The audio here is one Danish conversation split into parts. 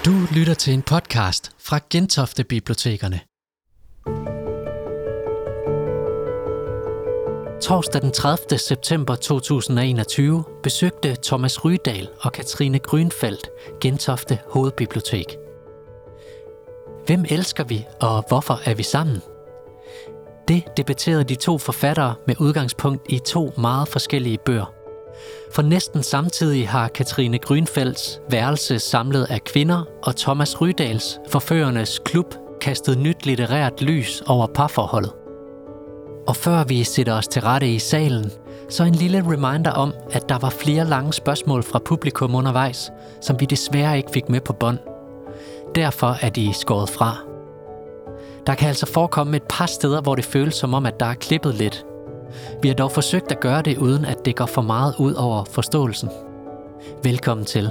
Du lytter til en podcast fra Gentofte Bibliotekerne. Torsdag den 30. september 2021 besøgte Thomas Rydahl og Katrine Grünfeldt Gentofte Hovedbibliotek. Hvem elsker vi, og hvorfor er vi sammen? Det debatterede de to forfattere med udgangspunkt i to meget forskellige bøger. For næsten samtidig har Katrine Grünfeldts Værelse samlet af kvinder og Thomas Rydahls Forførernes Klub kastet nyt litterært lys over parforholdet. Og før vi sætter os til rette i salen, så en lille reminder om, at der var flere lange spørgsmål fra publikum undervejs, som vi desværre ikke fik med på bånd. Derfor er de skåret fra. Der kan altså forekomme et par steder, hvor det føles som om, at der er klippet lidt. Vi har dog forsøgt at gøre det, uden at det går for meget ud over forståelsen. Velkommen til.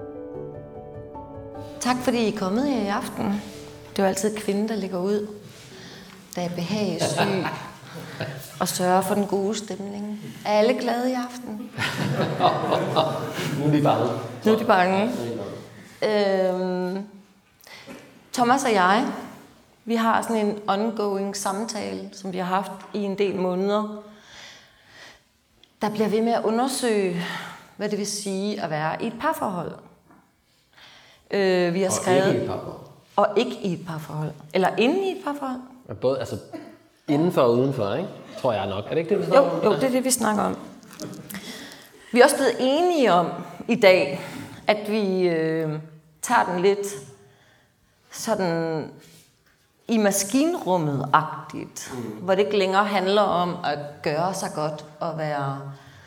Tak fordi I er kommet her i aften. Det er jo altid kvinden, der ligger ud, der er behagesyg og sørger for den gode stemning. Er alle glade i aften? Nu er de bange. Nu er de bange. Thomas og jeg, vi har sådan en ongoing samtale, som vi har haft i en del måneder. Der bliver ved med at undersøge, hvad det vil sige at være i et parforhold. Vi har skrevet... Og ikke i et parforhold. Og ikke i et parforhold. Eller inde i et parforhold. Både, altså indenfor og udenfor, ikke? Tror jeg nok. Er det ikke det, vi snakker om? Jo, det er det, vi snakker om. Vi er også blevet enige om i dag, at vi tager den lidt sådan i maskinrummet-agtigt, hvor det ikke længere handler om at gøre sig godt og være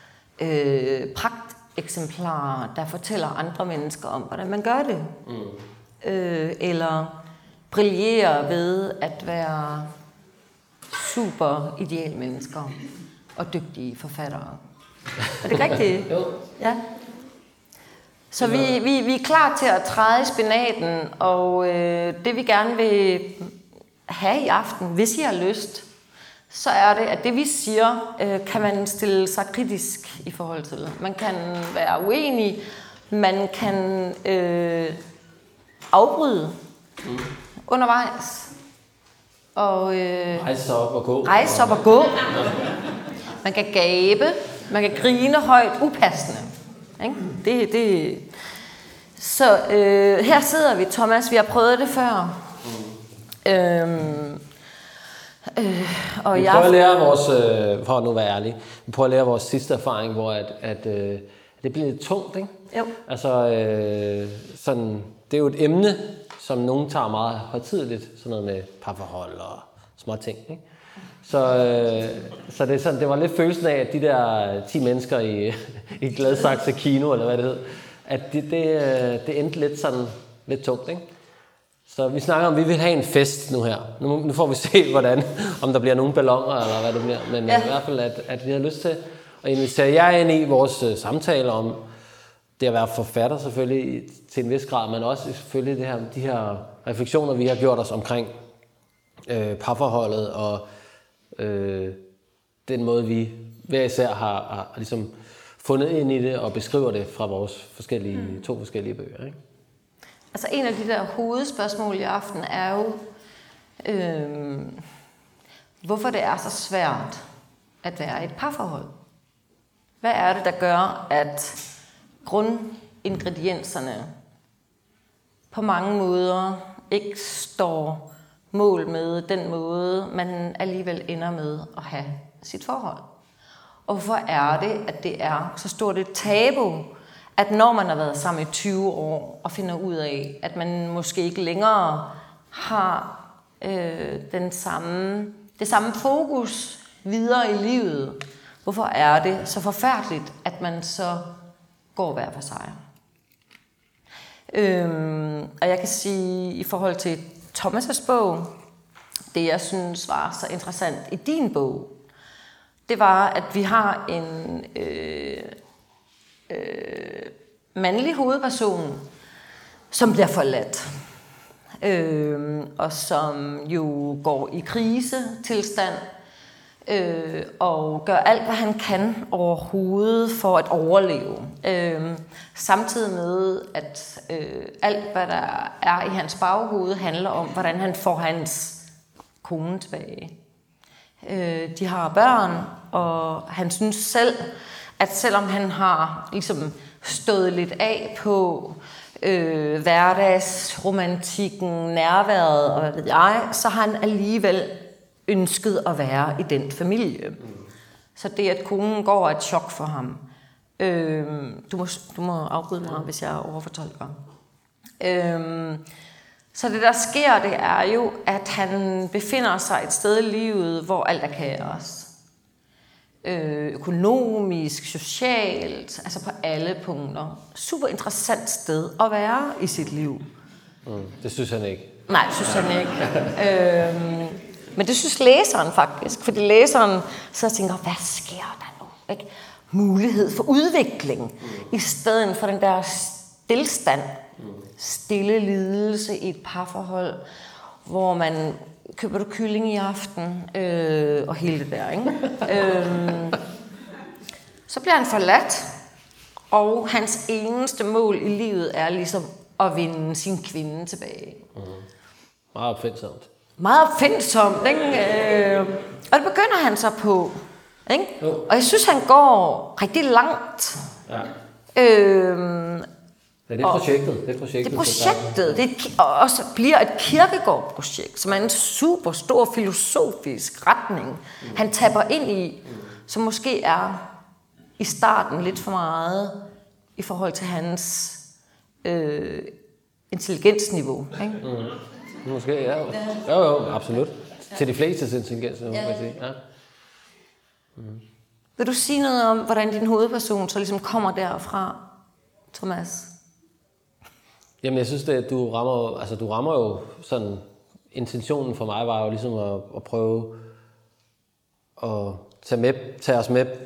pragteksemplarer, der fortæller andre mennesker om, hvordan man gør det. Eller brillere ved at være super idealmennesker og dygtige forfattere. Er det rigtigt? Jo. Ja. Så vi er klar til at træde i spinaten, og det vi gerne vil have i aften, hvis I har lyst, så er det, at det vi siger, kan man stille sig kritisk i forhold til. Man kan være uenig, man kan afbryde undervejs. Og Rejse sig op og gå. Rejse op og gå. Man kan gabe, man kan grine højt, upassende. Ikke? Så her sidder vi, Thomas. Vi har prøvet det før. Og vi prøver at lære vores, for at nu være ærlig, vi prøver at lære vores sidste erfaring, hvor at det bliver lidt tungt, ikke? Jo. Altså, sådan, det er jo et emne, som nogen tager meget højtideligt, sådan noget med parforhold og små ting, ikke? Så det er sådan, det var lidt følelsen af, at de der 10 mennesker i Gladsaxe Kino, eller hvad det hed, at det endte lidt sådan, lidt tungt, ikke? Så vi snakker om, at vi vil have en fest nu her. Nu får vi se, hvordan, om der bliver nogle balloner, eller hvad det bliver. Men ja. I hvert fald, at vi har lyst til at invitere jer ind i vores samtaler om det at være forfatter selvfølgelig til en vis grad, men også selvfølgelig de her refleksioner, vi har gjort os omkring parforholdet og den måde, vi hver især har ligesom fundet ind i det og beskriver det fra vores to forskellige bøger, ikke? Altså en af de der hovedspørgsmål i aften er jo, hvorfor det er så svært at være i et parforhold. Hvad er det, der gør, at grundingredienserne på mange måder ikke står mål med den måde, man alligevel ender med at have sit forhold? Og hvorfor er det, at det er så stort et tabu, at når man har været sammen i 20 år og finder ud af, at man måske ikke længere har det samme fokus videre i livet, hvorfor er det så forfærdeligt, at man så går hver for sig? Og jeg kan sige, i forhold til Thomas' bog, det jeg synes var så interessant i din bog, det var, at vi har en mandlig hovedperson, som bliver forladt, og som jo går i krisetilstand, og gør alt, hvad han kan overhovedet for at overleve. Samtidig med, at alt, hvad der er i hans baghoved, handler om, hvordan han får hans kone tilbage. De har børn, og han synes selv, at selvom han har ligesom stået lidt af på hverdagsromantikken, nærværet og hvad ved jeg, så har han alligevel ønsket at være i den familie. Så det, at konen går, er et chok for ham. Du må afbryde mig, hvis jeg overfortolker. Så det, der sker, det er jo, at han befinder sig et sted i livet, hvor alt er kaos. Økonomisk, socialt, altså på alle punkter. Super interessant sted at være i sit liv. Det synes han ikke. Nej, det synes han ikke. Men det synes læseren faktisk, fordi læseren så tænker, hvad sker der nu? Ikke? Mulighed for udvikling, i stedet for den der stillstand, stille lidelse i et parforhold, hvor man køber du kylling i aften, og hele det der, ikke? Så bliver han forladt, og hans eneste mål i livet er ligesom at vinde sin kvinde tilbage. Meget opfindsomt. Meget opfindsomt, ikke? Og det begynder han så på, ikke? Og jeg synes, han går rigtig langt. Ja. Det er projektet. Det er projektet. Det også bliver et Kierkegaard-projekt, som er en super stor filosofisk retning, han tapper ind i, som måske er i starten lidt for meget i forhold til hans intelligensniveau. Ikke? Måske, ja. Jo, absolut. Til de flestes intelligensniveau, kan jeg sige. Ja. Vil du sige noget om, hvordan din hovedperson så ligesom kommer derfra, Thomas? Jamen, jeg synes, at du rammer jo sådan, intentionen for mig var jo ligesom at prøve at tage os med,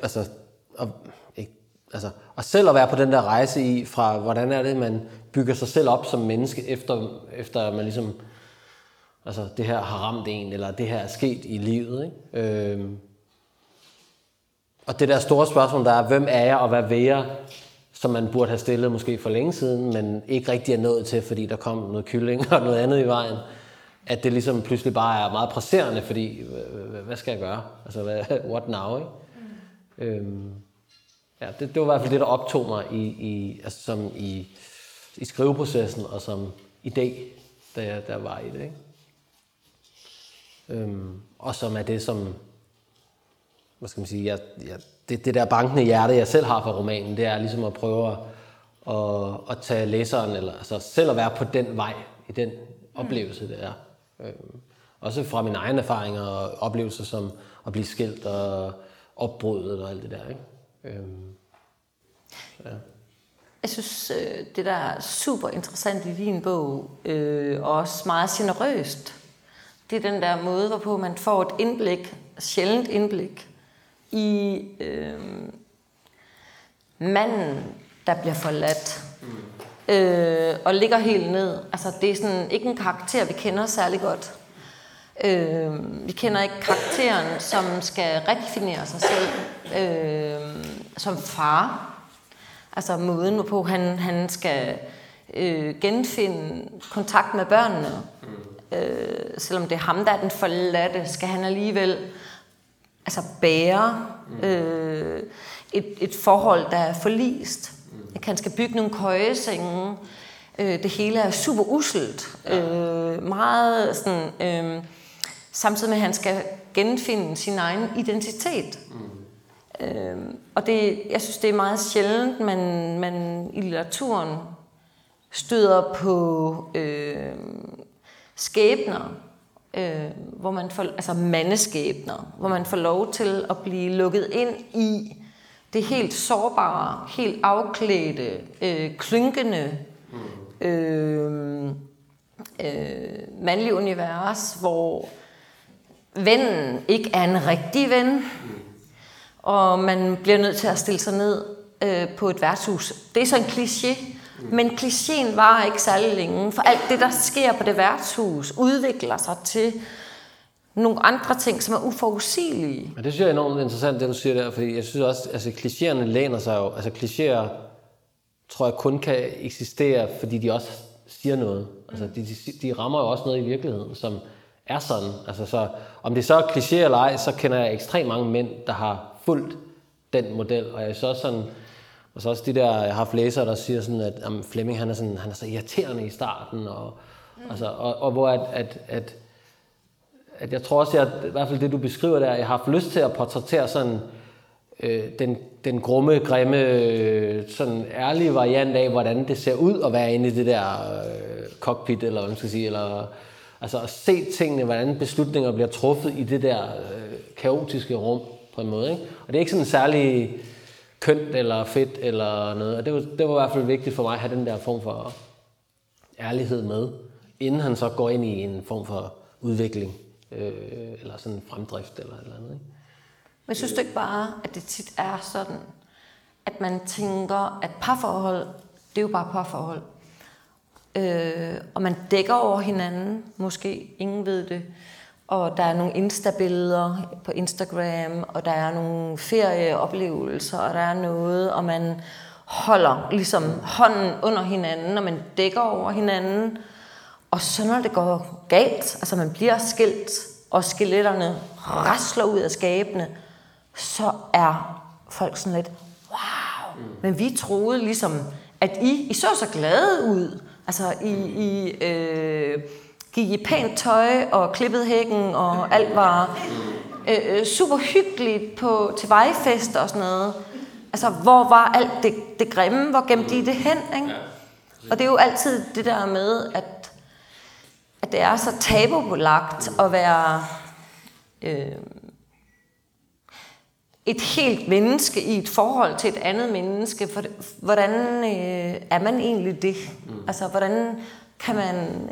og selv at være på den der rejse i, fra hvordan er det, man bygger sig selv op som menneske, efter man ligesom, altså det her har ramt en, eller det her er sket i livet, ikke? Og det der store spørgsmål, der er, hvem er jeg, og hvad vil jeg, som man burde have stillet måske for længe siden, men ikke rigtig er nået til, fordi der kom noget kylling og noget andet i vejen. At det ligesom pludselig bare er meget presserende, fordi, hvad skal jeg gøre? Altså, what now, ikke? Ja, det var i hvert fald det, der optog mig i skriveprocessen og som idé, da jeg var i det, ikke? Og som er det, som, hvad skal man sige, det der bankende hjerte, jeg selv har for romanen, det er ligesom at prøve at tage læseren, eller altså selv at være på den vej, i den oplevelse, det er. Også fra mine egne erfaringer og oplevelser som at blive skilt og opbrudet og alt det der, ikke? Ja. Jeg synes, det der er super interessant i din bog, og også meget generøst, det er den der måde, hvorpå man får et indblik, sjældent indblik, i manden, der bliver forladt, og ligger helt ned. Altså, det er sådan ikke en karakter, vi kender særlig godt. Vi kender ikke karakteren, som skal redefinere sig selv som far. Altså måden, hvorpå han skal genfinde kontakt med børnene. Selvom det er ham, der er den forladte, skal han alligevel bære et forhold, der er forlist. Han skal bygge nogle køjesenge. Det hele er super usselt. Meget sådan, samtidig med, at han skal genfinde sin egen identitet. Og jeg synes, det er meget sjældent, man i litteraturen støder på skæbner, hvor man får, mandeskæbner, hvor man får lov til at blive lukket ind i det helt sårbare, helt afklædte, klynkende mandlige univers, hvor vennen ikke er en rigtig ven, og man bliver nødt til at stille sig ned på et værtshus. Det er så en kliché, men klichéen varer ikke særlig længe, for alt det, der sker på det værtshus, udvikler sig til nogle andre ting, som er uforudsigelige. Og det synes jeg er enormt interessant, det du siger der, fordi jeg synes også, altså klichéerne læner sig jo, altså klichéer tror jeg kun kan eksistere, fordi de også siger noget. Altså de rammer jo også noget i virkeligheden, som er sådan. Altså så, om det så er kliché eller ej, så kender jeg ekstremt mange mænd, der har fulgt den model, og jeg så sådan, og så også de der, jeg har haft læsere, der siger sådan, at Flemming, han er så irriterende i starten, og hvor at jeg tror også, at i hvert fald det, du beskriver der, jeg har haft lyst til at portrættere sådan den grumme, grimme, sådan ærlige variant af, hvordan det ser ud at være inde i det der cockpit, eller hvad man skal sige, eller altså at se tingene, hvordan beslutninger bliver truffet i det der kaotiske rum på en måde, ikke? Og det er ikke sådan særlig kønt eller fedt eller noget, og det var i hvert fald vigtigt for mig at have den der form for ærlighed med, inden han så går ind i en form for udvikling, eller sådan en fremdrift eller et eller andet, ikke? Men synes du ikke bare, at det tit er sådan, at man tænker, at parforhold, det er jo bare parforhold. Og man dækker over hinanden, måske, ingen ved det. Og der er nogle Insta-billeder på Instagram, og der er nogle ferieoplevelser, og der er noget, og man holder ligesom hånden under hinanden, og man dækker over hinanden. Og så når det går galt, altså man bliver skilt, og skeletterne rasler ud af skabene, så er folk sådan lidt, wow, men vi troede ligesom, at I så glade ud. Altså, I gik i pænt tøj og klippede hækken, og alt var super hyggeligt til vejfester og sådan noget. Altså, hvor var alt det grimme? Hvor gemte I det hen, ikke? Og det er jo altid det der med, at det er så tabubelagt at være et helt menneske i et forhold til et andet menneske. For hvordan er man egentlig det? Altså, hvordan kan man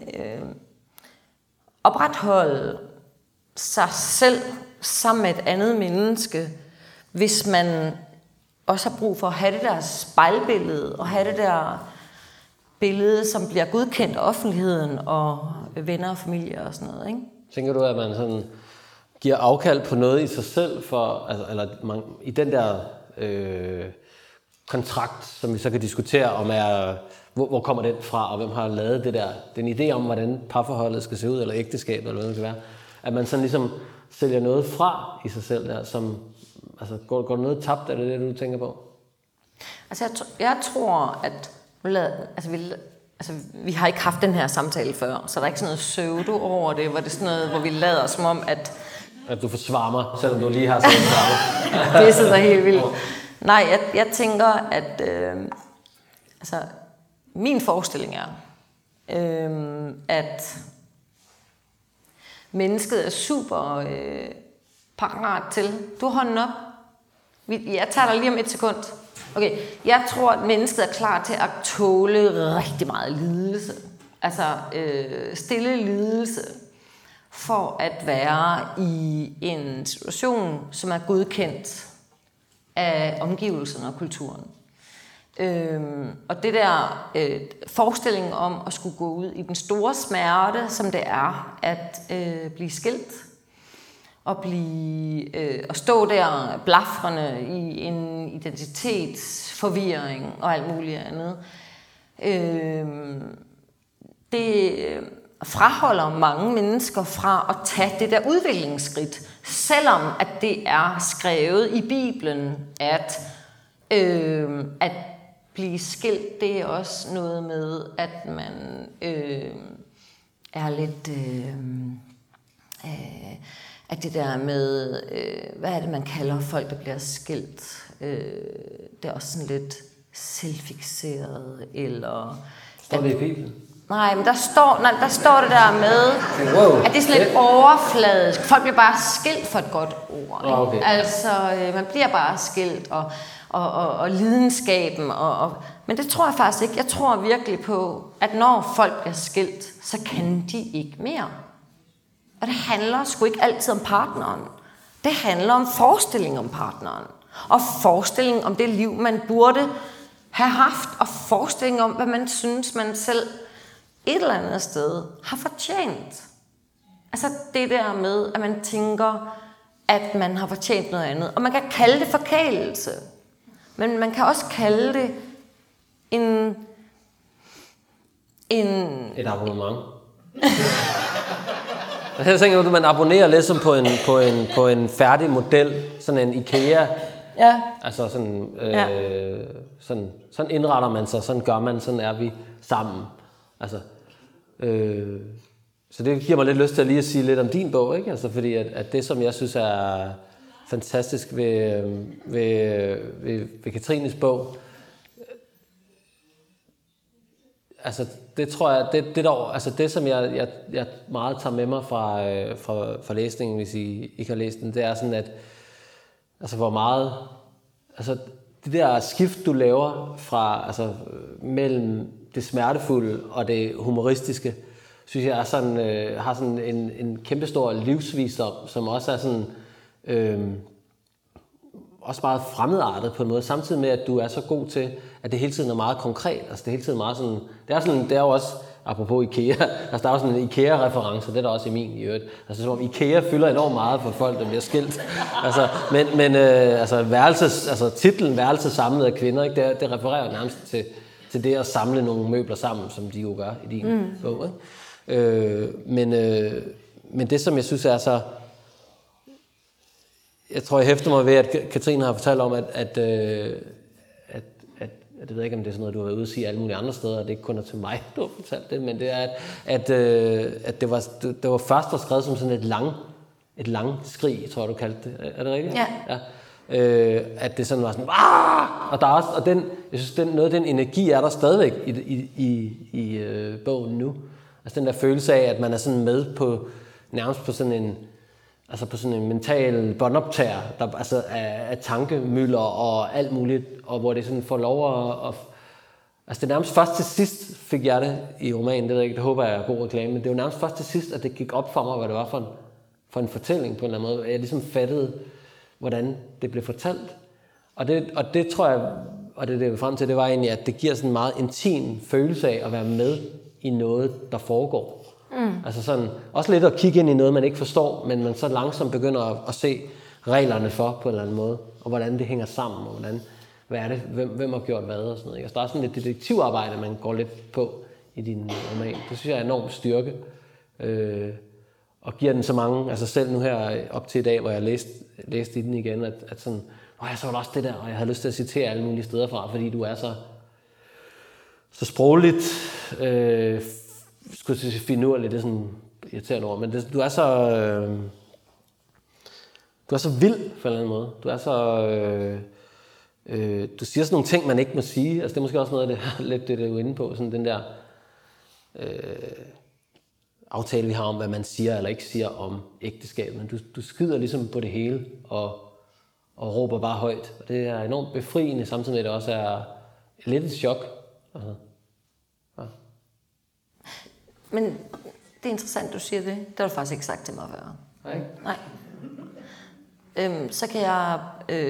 opretholde sig selv sammen med et andet menneske, hvis man også har brug for at have det der spejlbillede, og have det der billede, som bliver godkendt af offentligheden og venner og familie og sådan noget, ikke? Tænker du, at man sådan giver afkald på noget i sig selv, eller i den der kontrakt, som vi så kan diskutere om, hvor kommer den fra, og hvem har lavet det der, den idé om, hvordan parforholdet skal se ud, eller ægteskab, eller hvad det skal være, at man sådan ligesom sælger noget fra i sig selv der, som, altså går noget tabt, er det du tænker på? Altså jeg tror, at vi har ikke haft den her samtale før, så der er ikke sådan noget pseudo over det, hvor det er sådan noget, hvor vi lader som om, at du forsvarer mig, selvom du lige har sagt det. Det sidder helt vildt. Nej, jeg tænker, at min forestilling er, at mennesket er super parat til. Du har hånden op. Jeg tager dig lige om 1 sekund. Okay, jeg tror, at mennesket er klar til at tåle rigtig meget lidelse. Altså stille lidelse for at være i en situation, som er godkendt af omgivelserne og kulturen. Og det der forestilling om at skulle gå ud i den store smerte, som det er at blive skilt, og stå der blafrende i en identitetsforvirring og alt muligt andet. Det fraholder mange mennesker fra at tage det der udviklingsskridt, selvom at det er skrevet i Bibelen, at blive skilt, det er også noget med, at man er lidt at det der med, hvad er det, man kalder folk, der bliver skilt? Det er også sådan lidt selvfikseret, eller Står det i Bibelen? Nej, men der står det der med, at det er sådan lidt overfladisk. Folk bliver bare skilt for et godt ord. Okay. Altså, man bliver bare skilt, og lidenskaben. Men det tror jeg faktisk ikke. Jeg tror virkelig på, at når folk bliver skilt, så kan de ikke mere. Og det handler sgu ikke altid om partneren. Det handler om forestilling om partneren. Og forestilling om det liv, man burde have haft. Og forestilling om, hvad man synes, man selv et eller andet sted har fortjent. Altså det der med, at man tænker, at man har fortjent noget andet. Og man kan kalde det forkælelse. Men man kan også kalde det et abonnement. Jeg tænker, at man abonnerer lidt som på en færdig model, sådan en IKEA. Ja. Altså sådan indretter man sig, sådan gør man, sådan er vi sammen. Altså, så det giver mig lidt lyst til at lige at sige lidt om din bog, ikke? Altså fordi at det, som jeg synes er fantastisk ved Katrines bog, altså det tror jeg, det som jeg meget tager med mig fra læsningen, hvis I ikke har læst den, det er sådan, at altså hvor meget, altså det der skift, du laver fra, altså mellem det smertefulde og det humoristiske, synes jeg er sådan, har sådan en kæmpestor livsvisdom, som også er sådan, også meget fremmedartet på en måde, samtidig med, at du er så god til, at det hele tiden er meget konkret. Altså det hele tiden meget sådan, det er jo også, apropos IKEA, altså der er jo sådan en IKEA-reference, det er der også i min i øvrigt. Altså som om IKEA fylder enormt meget for folk, der bliver skilt. Altså, men titlen Værelse samlet af kvinder, ikke? Det refererer nærmest til det at samle nogle møbler sammen, som de jo gør i din bog. Ikke? Men det, som jeg synes er så... Jeg tror, jeg hæfter mig ved, at Katrine har fortalt om, at jeg ved ikke, om det er sådan noget, du har været ude at sige alle mulige andre steder, og det ikke kun er til mig, du har fortalt det, men det er, at det var først var skrevet som sådan et lang skrig, tror jeg, du kaldte det. Er det rigtigt? Ja. At det sådan var sådan, og der er også, og jeg synes, noget af den energi er der stadigvæk i bogen nu. Altså den der følelse af, at man er sådan med på, nærmest på sådan en, altså på sådan en mental båndoptager, der altså af tankemøller og alt muligt, og hvor det sådan får lov at altså det er nærmest først til sidst fik jeg det i romanen, det ved jeg ikke, det håber jeg er god reklame, men det var nærmest først til sidst, at det gik op for mig, hvad det var for en fortælling på en eller anden måde. Jeg ligesom fattede, hvordan det blev fortalt. Og det tror jeg, og det vi frem til, det var egentlig, at det giver sådan en meget intim følelse af at være med i noget, der foregår. Altså sådan, også lidt at kigge ind i noget, man ikke forstår, men man så langsomt begynder at se reglerne for på en eller anden måde, og hvordan det hænger sammen, og hvad er det, hvem har gjort hvad og sådan noget. Altså, der er sådan lidt detektivarbejde, man går lidt på i din roman. Det synes jeg er enormt styrke, og giver den så mange, altså selv nu her op til i dag, hvor jeg læste i den igen, at sådan, jeg så også det der, og jeg havde lyst til at citere alle mulige steder fra, fordi du er så sprogligt, skulle jeg sige finurligt, det er sådan irriterende ord, men du er så vild på en eller anden måde. Du er så du siger sådan nogle ting, man ikke må sige. Altså det er måske også noget af det, lidt det du er inde på, sådan den der aftale, vi har om, hvad man siger eller ikke siger om ægteskab. Men du skider ligesom på det hele og råber bare højt. Og det er enormt befriende, samtidig med, at det også er lidt et chok. Altså. Ja. Men det er interessant, du siger det. Det har du faktisk ikke sagt til mig før. Nej. Så kan jeg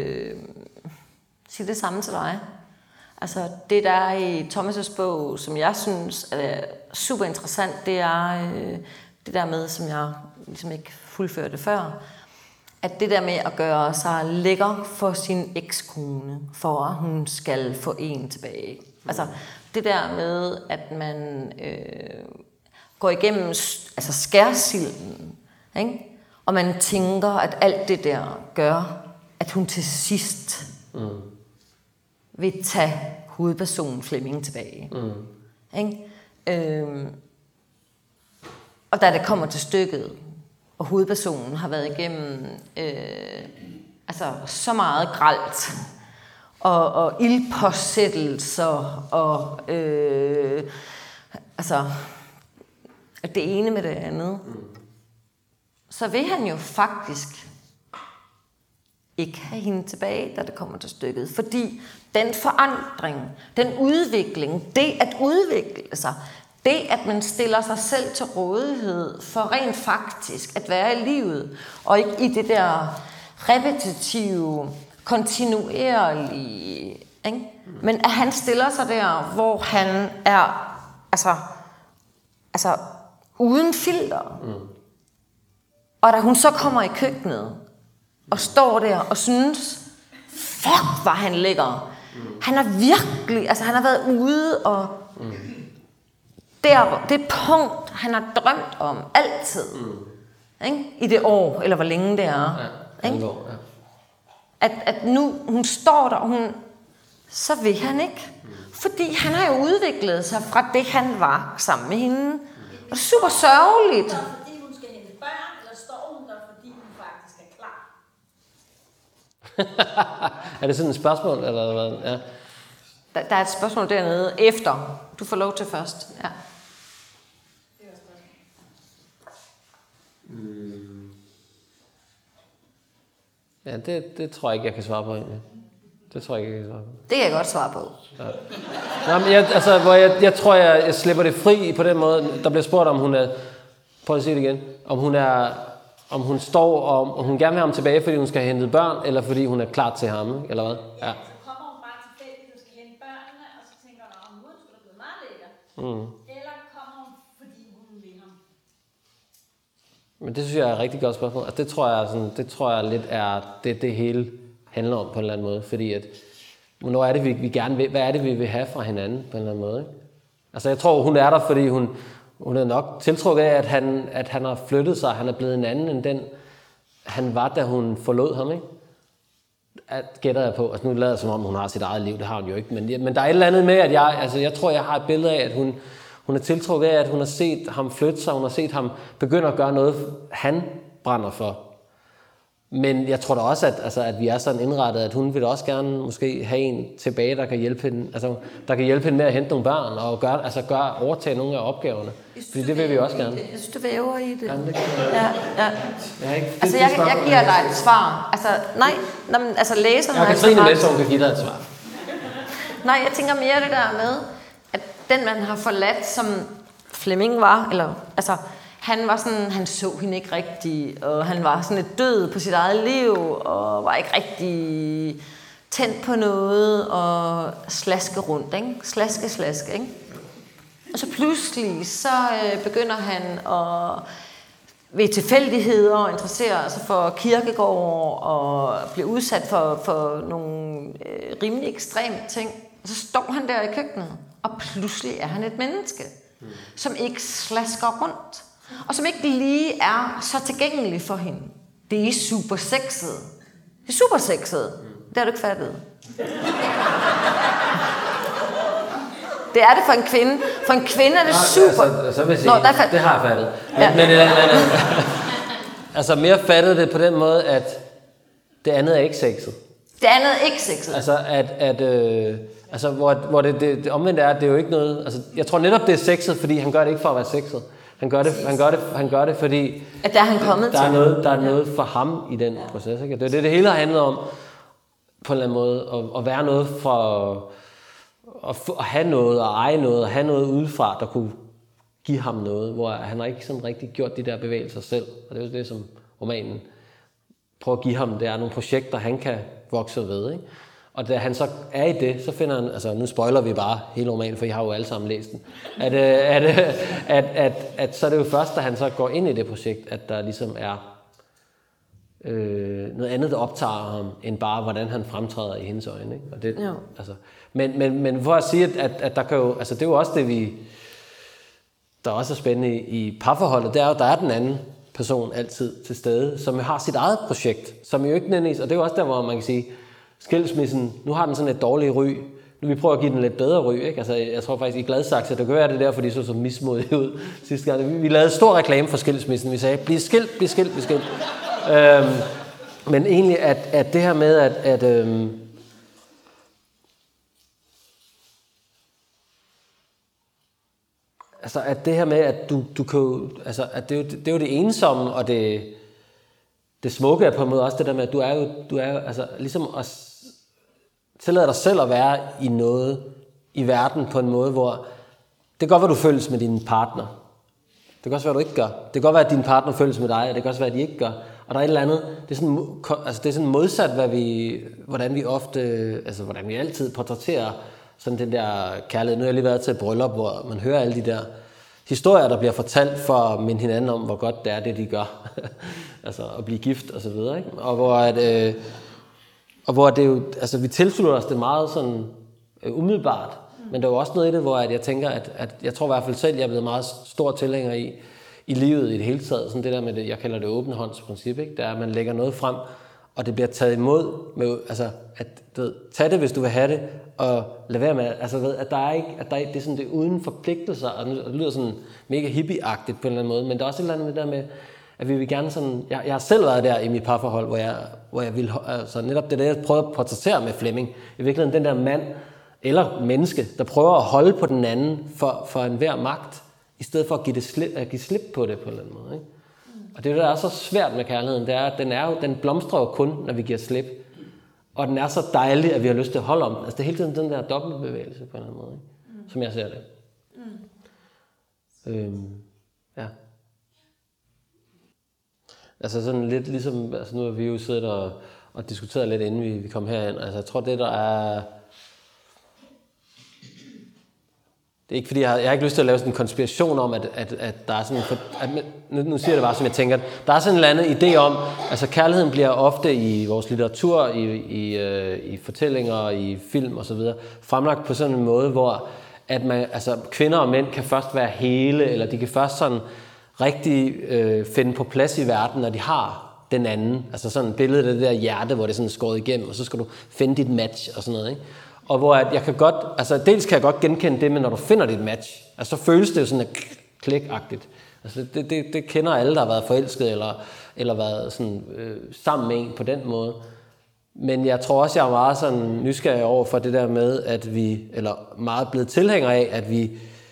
sige det samme til dig. Altså det der er i Thomas' bog, som jeg synes er super interessant, det er det der med, som jeg ligesom ikke fuldførte før, at det der med at gøre sig lækker for sin ekskone, for at hun skal få en tilbage. Altså det der med, at man går igennem altså skærsilden, ikke? Og man tænker, at alt det der gør, at hun til sidst vil tage hovedpersonen Flemming tilbage. Ikke? Og da det kommer til stykket, og hovedpersonen har været igennem altså så meget grelt, og ildpåsættelser, og altså det ene med det andet, så vil han jo faktisk ikke have hende tilbage, da det kommer til stykket. Fordi den forandring, den udvikling, det at udvikle sig, det at man stiller sig selv til rådighed for rent faktisk at være i livet, og ikke i det der repetitive, kontinuerlige, ikke? Men at han stiller sig der, hvor han er altså uden filter. Og da hun så kommer i køkkenet, og står der og synes, fuck, var han lækker. Han er virkelig, altså han har været ude og det punkt, han har drømt om altid. Ikke? I det år, eller hvor længe det er. Ja, ikke? År, ja. At nu hun står der, og så vil han ikke. Fordi han har jo udviklet sig fra det, han var sammen med hende. Og det er super sørgeligt. Står hun der, fordi hun skal hente børn, eller står hun der, fordi hun faktisk er klar? Er det sådan et spørgsmål, eller hvad? Ja. Der er et spørgsmål dernede efter. Du får lov til først. Ja. Ja, det tror jeg ikke, jeg kan svare på egentlig. Det tror jeg ikke, jeg kan svare på. Det kan jeg godt svare på. Ja. Nå, men jeg tror, jeg slipper det fri på den måde. Der bliver spurgt, om hun er... Prøv at sige det igen. Om hun står, og om hun gerne vil have ham tilbage, fordi hun skal have hentet børn, eller fordi hun er klar til ham, eller hvad? Ja. Så kommer hun bare tilfældigt, og skal hente børnene, og så tænker hun, om hun skulle da blive meget lækker. Eller kommer hun, fordi hun vil ham? Men det synes jeg er et rigtig godt spørgsmål. Altså, det tror jeg lidt er det hele handler om på en eller anden måde. Fordi at, hvornår er det, vi gerne vil, hvad er det, vi vil have fra hinanden på en eller anden måde? Ikke? Altså jeg tror, hun er der, fordi hun er nok tiltrukket af, at han har flyttet sig, han er blevet en anden end den, han var, da hun forlod ham. Ikke? Gætter jeg på. Altså nu lader jeg som om, hun har sit eget liv, det har hun jo ikke. Men der er et eller andet med, at jeg tror, jeg har et billede af, at hun er tiltrukket af, at hun har set ham flytte sig, hun har set ham begynde at gøre noget, han brænder for. Men jeg tror da også, at vi er sådan indrettet, at hun vil også gerne måske have en tilbage, der kan hjælpe hende, der kan hjælpe hende med at hente nogle børn og overtage nogle af opgaverne. Fordi det vil vi også gerne. Jeg synes, du væver i det. Jamen, det kan Ja. Jeg giver dig et svar. Læseren har Katrine Messe, hun kan give dig et svar. Nej, jeg tænker mere det der med, at den man har forladt, som Flemming var, han så hende ikke rigtigt, og han var sådan lidt død på sit eget liv, og var ikke rigtig tændt på noget, og slaske rundt, ikke? Slaske, ikke? Og så pludselig, så begynder han at ved tilfældigheder interessere sig for Kierkegaard, og bliver udsat for nogle rimelig ekstreme ting. Og så står han der i køkkenet, og pludselig er han et menneske, som ikke slasker rundt. Og som ikke lige er så tilgængelig for hende. Det er super sexet. Det er super sexet. Det har du ikke fattet. Det er det for en kvinde. For en kvinde er det super... Så vil jeg sige, det har jeg fattet. Men mere fattet det på den måde, at det andet er ikke sexet. Det andet er ikke sexet. Hvor det omvendt er, det er jo ikke noget... Altså, jeg tror netop, det er sexet, fordi han gør det ikke for at være sexet. Han gør det, fordi at der er han kommet der er noget for ham i den proces. Ikke? Det er det hele har handlet om, på en eller anden måde, at være noget for at have noget, og eje noget, og have noget udefra, der kunne give ham noget, hvor han har ikke sådan rigtig gjort de der bevægelser selv. Og det er jo det, som romanen prøver at give ham. Det er nogle projekter, han kan vokse ved, ikke? Og da han så er i det, så finder han, nu spoiler vi bare hele romanen, for I har jo alle sammen læst den, at så er det jo først, da han så går ind i det projekt, at der ligesom er noget andet, der optager ham, end bare, hvordan han fremtræder i hendes øjne. Ikke? Og det, men for at sige, at der kan jo, det er jo også det, der også er spændende i parforholdet, det er jo, der er den anden person altid til stede, som har sit eget projekt, som jo ikke nødvendigvis, og det er jo også der, hvor man kan sige, skilsmissen, nu har den sådan et dårligt ry. Nu vi prøver at give den lidt bedre ry, ikke? Jeg tror faktisk i Gladsaxe, det kan være det der, fordi så mismodige ud sidste gang. Vi lavede stor reklame for skilsmissen. Vi sagde, bliv skilt. Men egentlig, at det her med, at det her med, at du kan, at det er jo det ensomme, og det smukke er på en måde også det der med, at du er ligesom at tillade dig selv at være i noget i verden på en måde, hvor det kan godt være, du føles med din partner. Det kan også være, du ikke gør. Det kan godt være, at din partner føles med dig, og det kan også være, at de ikke gør. Og der er et eller andet, det er sådan modsat, hvordan vi altid portrætterer sådan den der kærlighed. Nu har jeg lige været til et bryllup, hvor man hører alle de der historier, der bliver fortalt for at minde hinanden om, hvor godt det er, det de gør. Altså at blive gift og så videre, ikke? Og hvor det jo, altså vi tilslutter os det meget sådan umiddelbart, men der er jo også noget i det, hvor jeg tænker, at jeg tror i hvert fald selv, jeg er blevet meget stor tilhænger i livet i det hele taget, sådan det der med det, jeg kalder det åbne håndsprincip, ikke? Der er, at man lægger noget frem, og det bliver taget imod med, altså at tag det, hvis du vil have det, og lad være med, altså at der er ikke, det er sådan det uden forpligtelser, og det lyder sådan mega hippie-agtigt på en eller anden måde, men der er også et eller andet med det der med, at vi vil gerne sådan, jeg har selv været der i mit parforhold, hvor jeg ville, altså netop det der, jeg prøvede at portrættere med Flemming, i virkeligheden den der mand, eller menneske, der prøver at holde på den anden for enhver magt, i stedet for at give slip på det på en eller anden måde, ikke? Og det, der er så svært med kærligheden, det er, at den blomstrer jo kun, når vi giver slip. Og den er så dejlig, at vi har lyst til at holde om den. Altså det er hele tiden den der dobbeltbevægelse på en eller anden måde, ikke? Som jeg ser det. Ja. Altså sådan lidt ligesom, altså nu har vi jo siddet og diskuteret lidt, inden vi kom herhen. Altså jeg tror, det der er... Det er ikke fordi, jeg har ikke lyst til at lave sådan en konspiration om, at der er sådan... Nu siger jeg det bare, som jeg tænker. Der er sådan en eller anden idé om... Altså kærligheden bliver ofte i vores litteratur, i fortællinger, i film osv. fremlagt på sådan en måde, hvor at altså, kvinder og mænd kan først være hele, eller de kan først sådan rigtig finde på plads i verden, når de har den anden. Altså sådan et billede af det der hjerte, hvor det er sådan skåret igennem, og så skal du finde dit match og sådan noget, ikke? Og hvor jeg kan godt, altså dels kan jeg godt genkende det, men når du finder dit match, altså så føles det jo sådan klik-agtigt. Altså det kender alle, der har været forelsket, eller været sådan, sammen med en på den måde. Men jeg tror også, jeg er meget sådan nysgerrig over for det der med, at vi, eller meget blevet tilhængere af, at vi,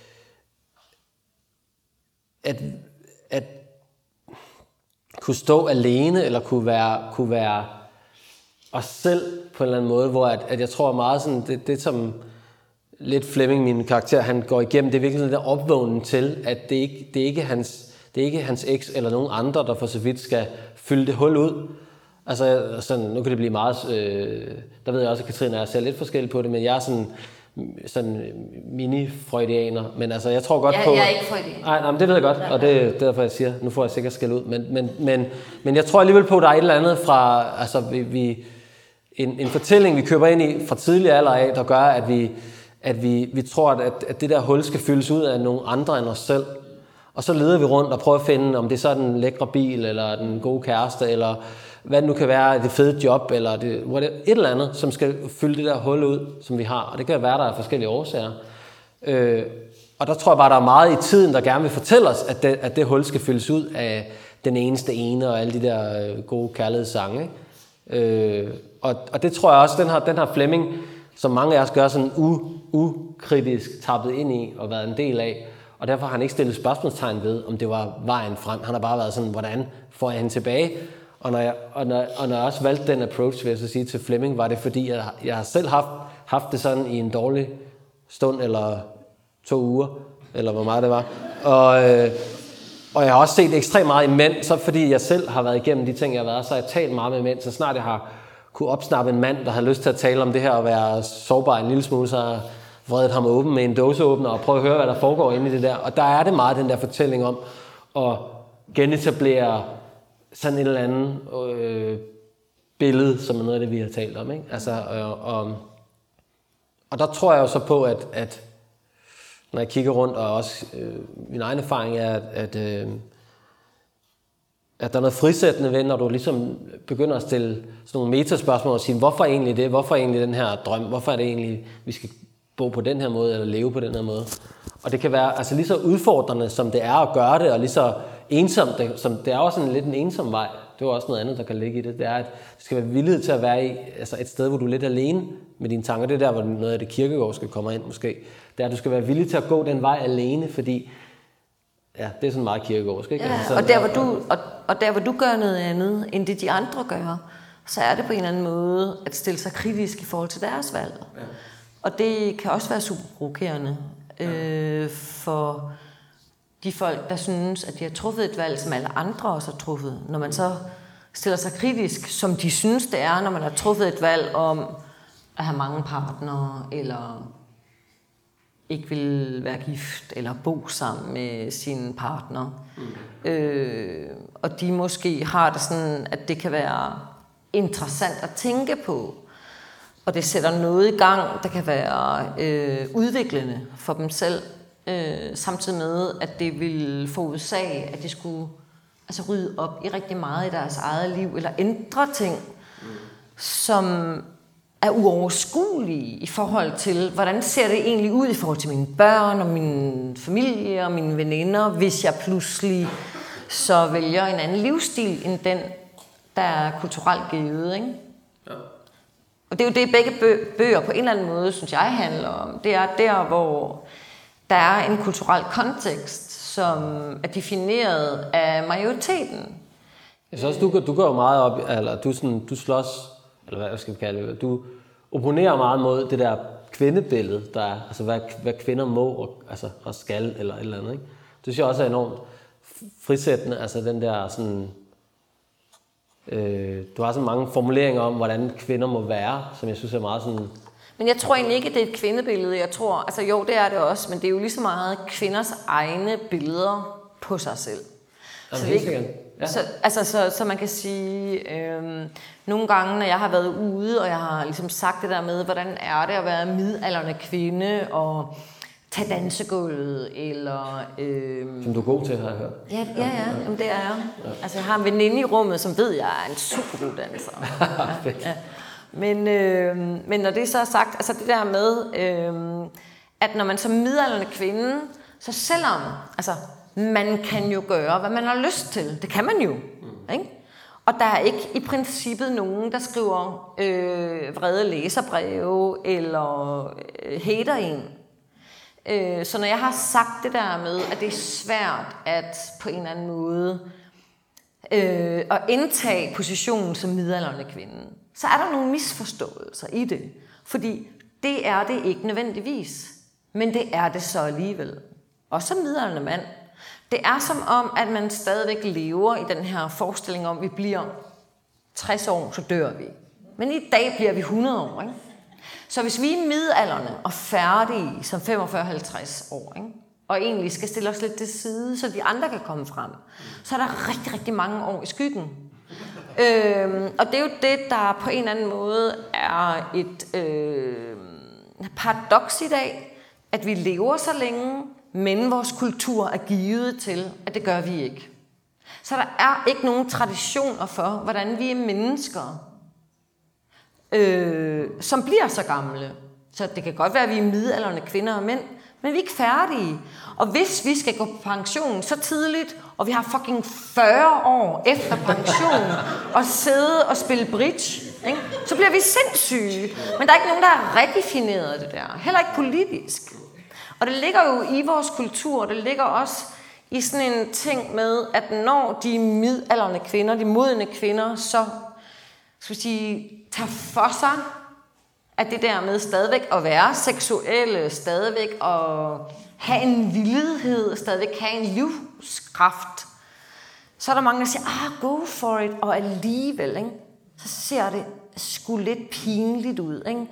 at kunne stå alene, eller kunne være os selv på en eller anden måde, hvor at jeg tror meget sådan, det som lidt Flemming, min karakter, han går igennem, det er virkelig den der opvågning til, at det er ikke hans eks eller nogen andre, der for så vidt skal fylde det hul ud. Altså sådan, nu kan det blive meget, der ved jeg også, at Katrine og jeg ser lidt forskelligt på det, men jeg er sådan mini-freudianer, men altså jeg tror godt på... Jeg er ikke freudianer. Nej, men det ved jeg godt, og det er derfor, jeg siger, nu får jeg sikkert skæld ud, men jeg tror alligevel på, at der er et eller andet fra, altså en fortælling, vi køber ind i fra tidlig alder af, der gør, at vi tror, at det der hul skal fyldes ud af nogle andre end os selv. Og så leder vi rundt og prøver at finde, om det er så den lækre bil, eller den gode kæreste, eller hvad det nu kan være, det fede job, eller et eller andet, som skal fylde det der hul ud, som vi har. Og det kan være, der er forskellige årsager. Og der tror jeg bare, der er meget i tiden, der gerne vil fortælle os, at det hul skal fyldes ud af den eneste ene, og alle de der gode kærlighedssange, ikke? Og det tror jeg også, den her Flemming, som mange af os gør sådan ukritisk tappet ind i og været en del af. Og derfor har han ikke stillet spørgsmålstegn ved, om det var vejen frem. Han har bare været sådan, hvordan får jeg hende tilbage? Og når jeg også valgte den approach, vil jeg så sige til Flemming, var det fordi, jeg har selv haft det sådan i en dårlig stund, eller 2 uger, eller hvor meget det var. Og jeg har også set ekstremt meget i mænd, så fordi jeg selv har været igennem de ting, jeg har været, så har jeg talt meget med mænd, så snart jeg har kunne opsnappe en mand, der har lyst til at tale om det her, og være sårbar en lille smule, så har jeg vredet ham åben med en dåseåbner, og prøve at høre, hvad der foregår inde i det der. Og der er det meget den der fortælling om at genetablere sådan et eller andet billede, som er noget af det, vi har talt om, ikke? Altså, og der tror jeg jo så på, at når jeg kigger rundt, og også min egen erfaring er, at der er noget frisættende ved, når du ligesom begynder at stille sådan nogle metaspørgsmål og sige, hvorfor egentlig det? Hvorfor egentlig den her drøm? Hvorfor er det egentlig, vi skal bo på den her måde, eller leve på den her måde? Og det kan være altså lige så udfordrende, som det er at gøre det, og lige så ensomt, som det er også en lidt en ensom vej. Det er også noget andet, der kan ligge i det. Det er, at du skal være villig til at være i altså et sted, hvor du er lidt alene med dine tanker. Det er der, hvor noget af det Kierkegaard skal komme ind måske. Det er, at du skal være villig til at gå den vej alene, fordi ja, det er sådan meget Kierkegaardsk, ikke? Ja, altså, og der hvor du gør noget andet, end det de andre gør, så er det på en eller anden måde at stille sig kritisk i forhold til deres valg. Ja. Og det kan også være super provokerende for de folk, der synes, at de har truffet et valg, som alle andre også har truffet. Når man så stiller sig kritisk, som de synes det er, når man har truffet et valg om at have mange partnere, eller ikke vil være gift eller bo sammen med sin partner. Og de måske har det sådan, at det kan være interessant at tænke på. Og det sætter noget i gang, der kan være udviklende for dem selv. Samtidig med, at det vil forudsage, at de skulle rydde op i rigtig meget i deres eget liv, eller ændre ting, som er uoverskuelige i forhold til, hvordan ser det egentlig ud i forhold til mine børn og min familie og mine veninder, hvis jeg pludselig så vælger en anden livsstil end den, der er kulturelt givet, ikke? Ja. Og det er jo det, begge bøger på en eller anden måde, synes jeg, handler om. Det er der, hvor der er en kulturel kontekst, som er defineret af majoriteten. Jeg synes også, du går jo meget op, eller du slås, eller hvad skal vi kalde det, du opponerer meget mod det der kvindebillede, der er, altså hvad kvinder må og skal, eller et eller andet, ikke? Det synes jeg også er enormt frisættende, altså den der sådan, du har så mange formuleringer om, hvordan kvinder må være, som jeg synes er meget sådan. Men jeg tror egentlig ikke, at det er et kvindebillede. Jeg tror, jo, det er det også, men det er jo lige så meget kvinders egne billeder på sig selv. Så man kan sige, nogle gange, når jeg har været ude, og jeg har ligesom sagt det der med, hvordan er det at være midaldrende kvinde, og tage dansegulvet, eller... Som du er god til, har jeg hørt. Ja. Jamen, det er jeg. Ja. Altså, jeg har en veninde i rummet, som ved, at jeg er en super god danser. Ja. Men når det så er sagt, altså det der med, at når man som midaldrende kvinde, så selvom, man kan jo gøre, hvad man har lyst til. Det kan man jo, ikke? Og der er ikke i princippet nogen, der skriver vrede læserbreve, eller hater en. Så når jeg har sagt det der med, at det er svært at på en eller anden måde at indtage positionen som midaldrende kvinde, så er der nogle misforståelser i det. Fordi det er det ikke nødvendigvis, men det er det så alligevel. Også som midaldrende mand. Det er som om, at man stadigvæk lever i den her forestilling om, at vi bliver 60 år, så dør vi. Men i dag bliver vi 100 år, ikke? Så hvis vi er midaldrende og færdige som 45-50 år, ikke? Og egentlig skal stille os lidt til side, så de andre kan komme frem, så er der rigtig, rigtig mange år i skyggen. Og det er jo det, der på en eller anden måde er et paradoks i dag, at vi lever så længe, men vores kultur er givet til, at det gør vi ikke. Så der er ikke nogen traditioner for, hvordan vi er mennesker, som bliver så gamle. Så det kan godt være, at vi er midaldrende kvinder og mænd, men vi er ikke færdige. Og hvis vi skal gå på pension så tidligt, og vi har fucking 40 år efter pension, og sidde og spille bridge, ikke? Så bliver vi sindssyge. Men der er ikke nogen, der har redefineret det der. Heller ikke politisk. Og det ligger jo i vores kultur, og det ligger også i sådan en ting med, at når de midaldrende kvinder, de modne kvinder, så skal vi sige, tager for sig, at det der med stadigvæk at være seksuelle, stadigvæk at have en vildhed, stadigvæk have en livskraft, så er der mange, der siger, go for it, og alligevel, ikke? Så ser det sgu lidt pinligt ud, ikke?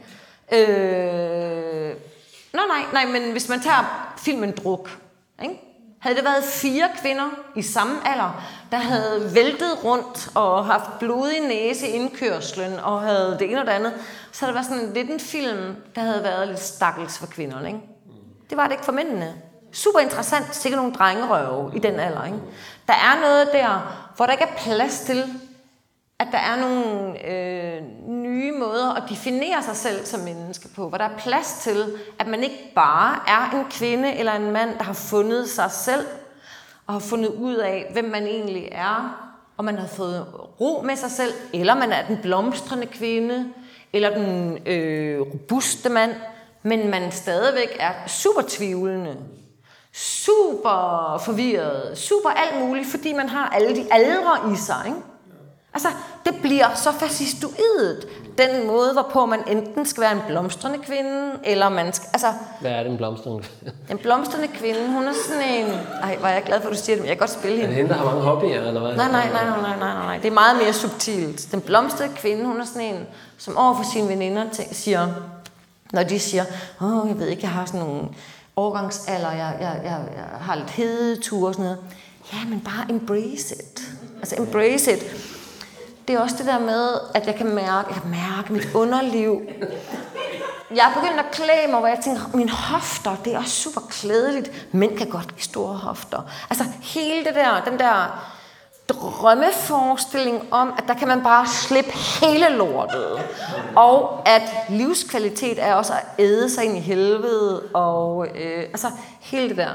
Nej, men hvis man tager filmen Druk, ikke? Havde det været 4 kvinder i samme alder, der havde væltet rundt og haft blodig næse i indkørslen og havde det ene og det andet, så havde det været sådan lidt en film, der havde været lidt stakkels for kvinderne, ikke? Det var det ikke for mændene. Super interessant, sikkert nogle drengerøve i den alder, ikke? Der er noget der, hvor der ikke er plads til, at der er nogle nye måder at definere sig selv som menneske på, hvor der er plads til, at man ikke bare er en kvinde eller en mand, der har fundet sig selv, og har fundet ud af, hvem man egentlig er, og man har fået ro med sig selv, eller man er den blomstrende kvinde, eller den robuste mand, men man stadigvæk er super tvivlende, super forvirret, super alt muligt, fordi man har alle de aldre i sig, ikke? Det bliver så fascistoidet, den måde, hvorpå man enten skal være en blomstrende kvinde, eller man skal, Hvad er den blomstrende kvinde? Den blomstrende kvinde, hun er sådan en... Ej, hvor er jeg glad for, at du siger det, men jeg kan godt spille hende. Er det hende, der har mange hobbyer, eller hvad? Nej. Det er meget mere subtilt. Den blomstrende kvinde, hun er sådan en, som overfor sine veninder siger, når de siger, jeg ved ikke, jeg har sådan nogle overgangsalder, jeg har lidt hedetur og sådan noget. Ja, men bare embrace it. Altså embrace it. Det er også det der med, at jeg kan mærke mit underliv. Jeg er begyndt at klæde mig, hvor jeg tænker, mine hofter, det er også super klædeligt. Mænd kan godt give store hofter. Altså hele det der, den der drømmeforestilling om, at der kan man bare slippe hele lortet. Og at livskvalitet er også at æde sig ind i helvede. Og altså hele det der.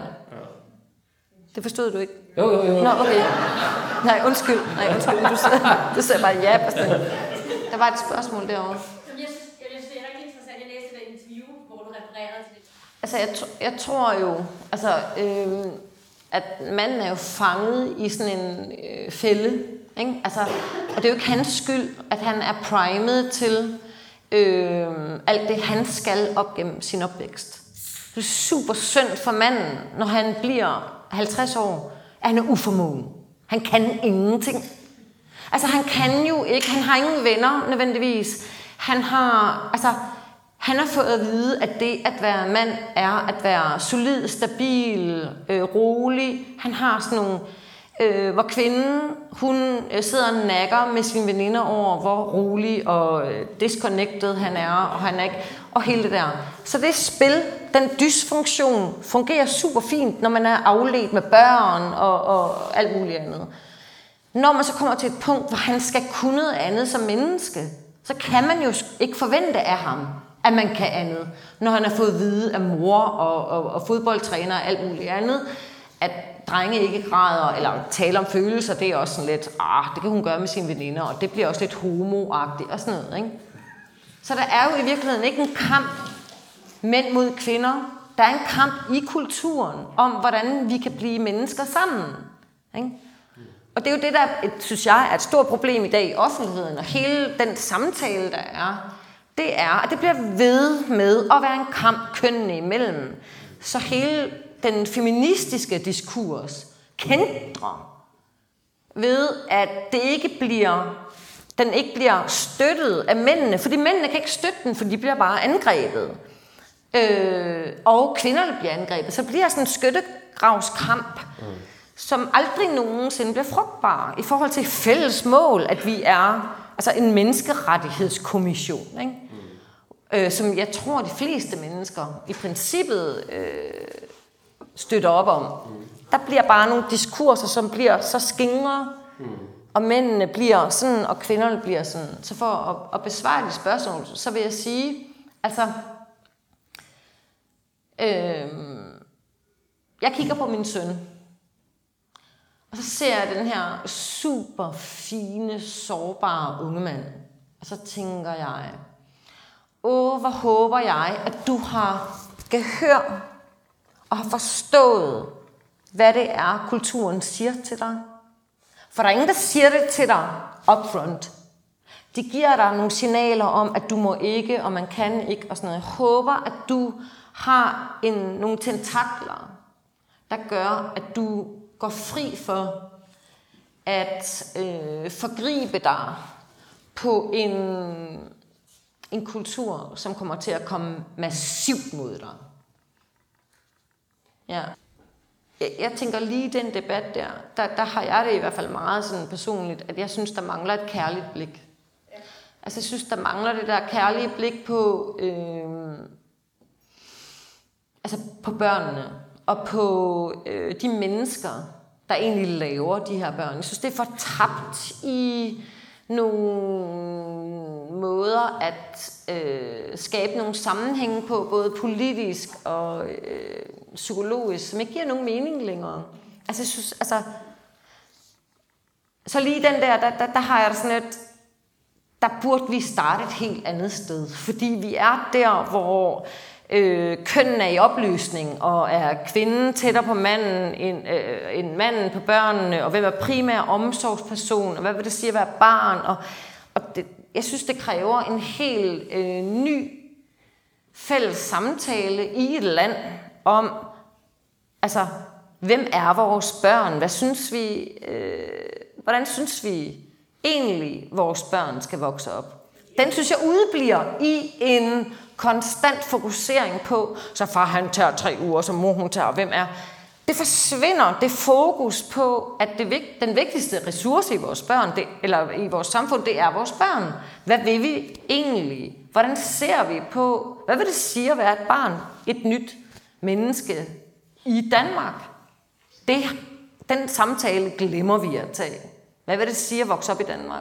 Det forstod du ikke? Jo. Nå, okay. Nej, undskyld. Du sagde bare ja. Der var et spørgsmål derovre. Jeg synes, det er rigtig interessant. Jeg læste et interview, hvor du refererede til det. Altså, jeg tror jo, altså, at manden er jo fanget i sådan en fælde, ikke? Altså, og det er jo ikke hans skyld, at han er primet til alt det, han skal op gennem sin opvækst. Det er super synd for manden, når han bliver 50 år, at han er uformåen. Han kan ingenting. Altså, han kan jo ikke, han har ingen venner nødvendigvis. Han har fået at vide, at det at være mand er at være solid, stabil, rolig. Han har sådan nogle, hvor kvinden, hun sidder og nakker med sine veninder over, hvor rolig og disconnected han er, og han er ikke, og hele det der. Så det spil, den dysfunktion, fungerer super fint, når man er afledt med børn og alt muligt andet. Når man så kommer til et punkt, hvor han skal kunne noget andet som menneske, så kan man jo ikke forvente af ham, at man kan andet. Når han har fået at vide af mor og fodboldtræner og alt muligt andet, at drenge ikke græder, eller taler om følelser, det er også sådan lidt, det kan hun gøre med sine veninder, og det bliver også lidt homoagtigt og sådan noget, ikke? Så der er jo i virkeligheden ikke en kamp mænd mod kvinder. Der er en kamp i kulturen om, hvordan vi kan blive mennesker sammen, ikke? Og det er jo det, der, synes jeg, er et stort problem i dag i offentligheden, og hele den samtale, der er, det er, at det bliver ved med at være en kamp kønnene imellem. Så hele den feministiske diskurs kæntrer ved, at den ikke bliver støttet af mændene, fordi mændene kan ikke støtte den, for de bliver bare angrebet. Og kvinderne bliver angrebet. Så bliver sådan en skyttegravskamp, som aldrig nogensinde bliver frugtbar i forhold til fælles mål, at vi er altså en menneskerettighedskommission, ikke? Som jeg tror, de fleste mennesker i princippet støtter op om. Der bliver bare nogle diskurser, som bliver så skingre, og mændene bliver sådan, og kvinderne bliver sådan. Så for at besvare de spørgsmål, så vil jeg sige, altså, jeg kigger på min søn, og så ser jeg den her super fine, sårbare unge mand, og så tænker jeg, hvor håber jeg, at du har gehør og har forstået, hvad det er, kulturen siger til dig. For der er ingen, der siger det til dig upfront. De giver dig nogle signaler om, at du må ikke, og man kan ikke, og sådan noget. Jeg håber, at du har nogle tentakler, der gør, at du går fri for at forgribe dig på en kultur, som kommer til at komme massivt mod dig. Ja. Jeg tænker lige i den debat der har jeg det i hvert fald meget sådan personligt, at jeg synes, der mangler et kærligt blik. Altså jeg synes, der mangler det der kærlige blik på, altså på børnene og på de mennesker, der egentlig laver de her børn. Jeg synes, det er for tabt i nogle måder at skabe nogle sammenhænge på, både politisk og psykologisk, som ikke giver nogen mening længere. Altså, jeg synes, altså, så lige den der har jeg sådan et, der burde vi starte et helt andet sted, fordi vi er der, hvor kønnen er i opløsning, og er kvinden tættere på manden end manden på børnene, og hvem er primær omsorgsperson, og hvad vil det sige at være barn, og det, jeg synes, det kræver en helt ny fælles samtale i et land om, altså, hvem er vores børn? Hvad synes vi, hvordan synes vi egentlig, vores børn skal vokse op? Den synes jeg udebliver i en konstant fokusering på, så far han tager 3 uger, så mor hun tager, og hvem er. Det forsvinder, det fokus på, at den vigtigste ressource i vores børn, eller i vores samfund, det er vores børn. Hvad vil vi egentlig? Hvordan ser vi på, hvad vil det sige at være et barn, et nyt menneske i Danmark? Den samtale glemmer vi at tage. Hvad vil det sige at vokse op i Danmark?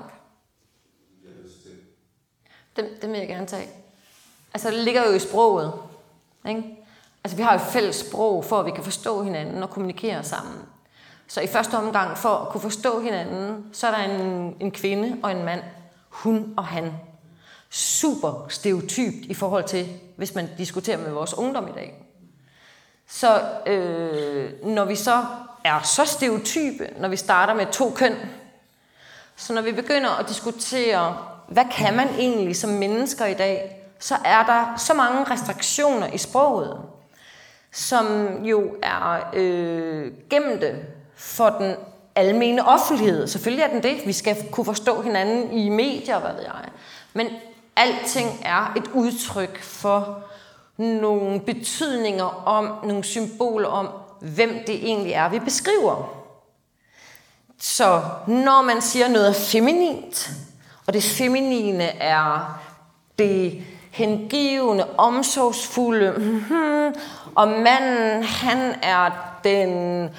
Det vil jeg gerne tage. Altså, det ligger jo i sproget. Ikke? Altså, vi har jo et fælles sprog, for at vi kan forstå hinanden og kommunikere sammen. Så i første omgang, for at kunne forstå hinanden, så er der en kvinde og en mand. Hun og han. Super stereotypt i forhold til, hvis man diskuterer med vores ungdom i dag. Så når vi så er så stereotype, når vi starter med 2 køn, så når vi begynder at diskutere, hvad kan man egentlig som mennesker i dag, så er der så mange restriktioner i sproget, som jo er gemte for den almene offentlighed. Selvfølgelig er den det. Vi skal kunne forstå hinanden i medier, hvad ved jeg. Men alting er et udtryk for nogle betydninger om, nogle symboler om, hvem det egentlig er, vi beskriver. Så når man siger noget feminint, og det feminine er det hengivende, omsorgsfulde, og manden, han er den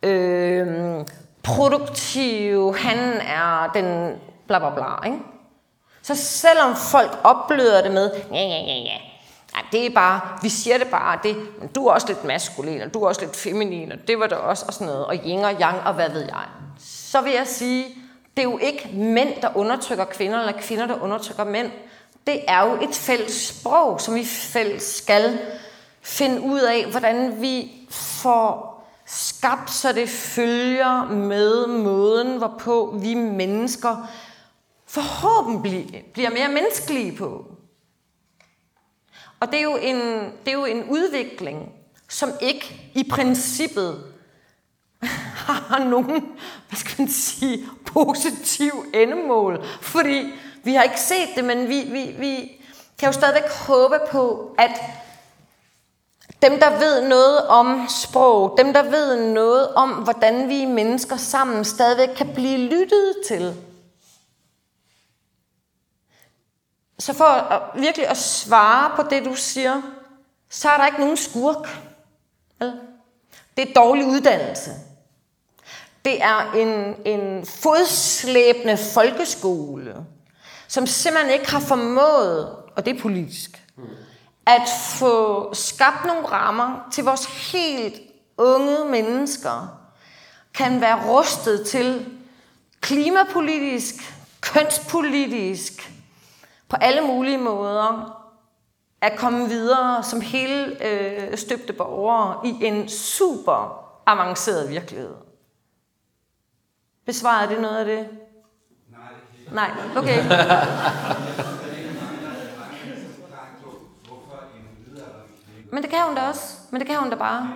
produktive, han er den bla bla bla, ikke? Så selvom folk opbløder det med, ja, det er bare, vi siger det bare, det, men du er også lidt maskulin, og du er også lidt feminin, og det var der også, og sådan noget, og yin og yang, og hvad ved jeg. Så vil jeg sige, det er jo ikke mænd, der undertrykker kvinder, eller kvinder, der undertrykker mænd. Det er jo et fælles sprog, som vi fælles skal finde ud af, hvordan vi får skabt, så det følger med måden, hvorpå vi mennesker forhåbentlig bliver mere menneskelige på. Og det er jo en udvikling, som ikke i princippet har nogen, hvad skal man sige, positiv endemål. Fordi vi har ikke set det, men vi kan jo stadigvæk håbe på, at dem, der ved noget om sprog, dem, der ved noget om, hvordan vi mennesker sammen stadigvæk kan blive lyttet til. Så for virkelig at svare på det, du siger, så er der ikke nogen skurk. Det er dårlig uddannelse. Det er en fodslæbende folkeskole, som simpelthen ikke har formået, og det er politisk, at få skabt nogle rammer til vores helt unge mennesker, kan være rustet til klimapolitisk, kønspolitisk, på alle mulige måder, at komme videre som hele støbte borgere i en super avanceret virkelighed. Besvarede det noget af det? Nej, okay. Men det kan hun da også. Men det kan hun da bare.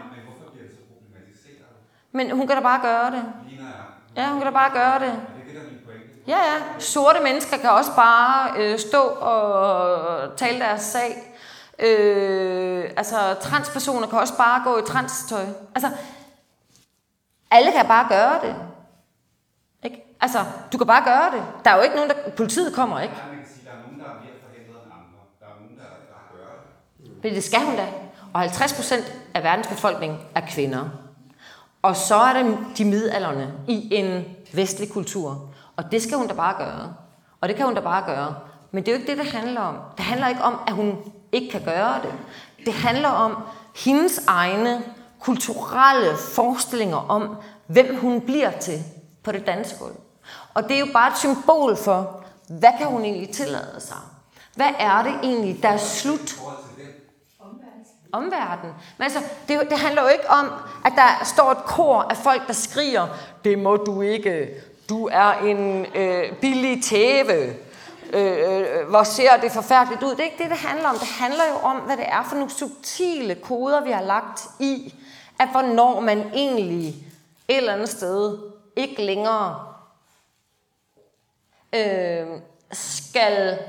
Men hun kan da bare gøre det. Ja, hun kan da bare gøre det. Ja. Sorte mennesker kan også bare stå og tale deres sag. Altså, transpersoner kan også bare gå i transtøj. Altså, alle kan bare gøre det. Ikke? Altså, du kan bare gøre det. Der er jo ikke nogen, der... Politiet kommer ikke. Man kan sige, der er nogen, der er mere forhindret end andre. Der er nogen, der bare gør det. Men det skal hun da. Og 50% af verdens befolkning er kvinder. Og så er det de midaldrende i en vestlig kultur. Og det skal hun da bare gøre. Og det kan hun da bare gøre. Men det er jo ikke det, det handler om. Det handler ikke om, at hun ikke kan gøre det. Det handler om hendes egne kulturelle forestillinger om, hvem hun bliver til på det danske gulv. Og det er jo bare et symbol for, hvad kan hun egentlig tillade sig? Hvad er det egentlig, der er slut? Omverden. Men altså, det handler jo ikke om, at der står et kor af folk, der skriger, det må du ikke, du er en billig tæve, hvor ser det forfærdeligt ud. Det er ikke det, det handler om. Det handler jo om, hvad det er for nogle subtile koder, vi har lagt i, at hvornår man egentlig et eller andet sted ikke længere skal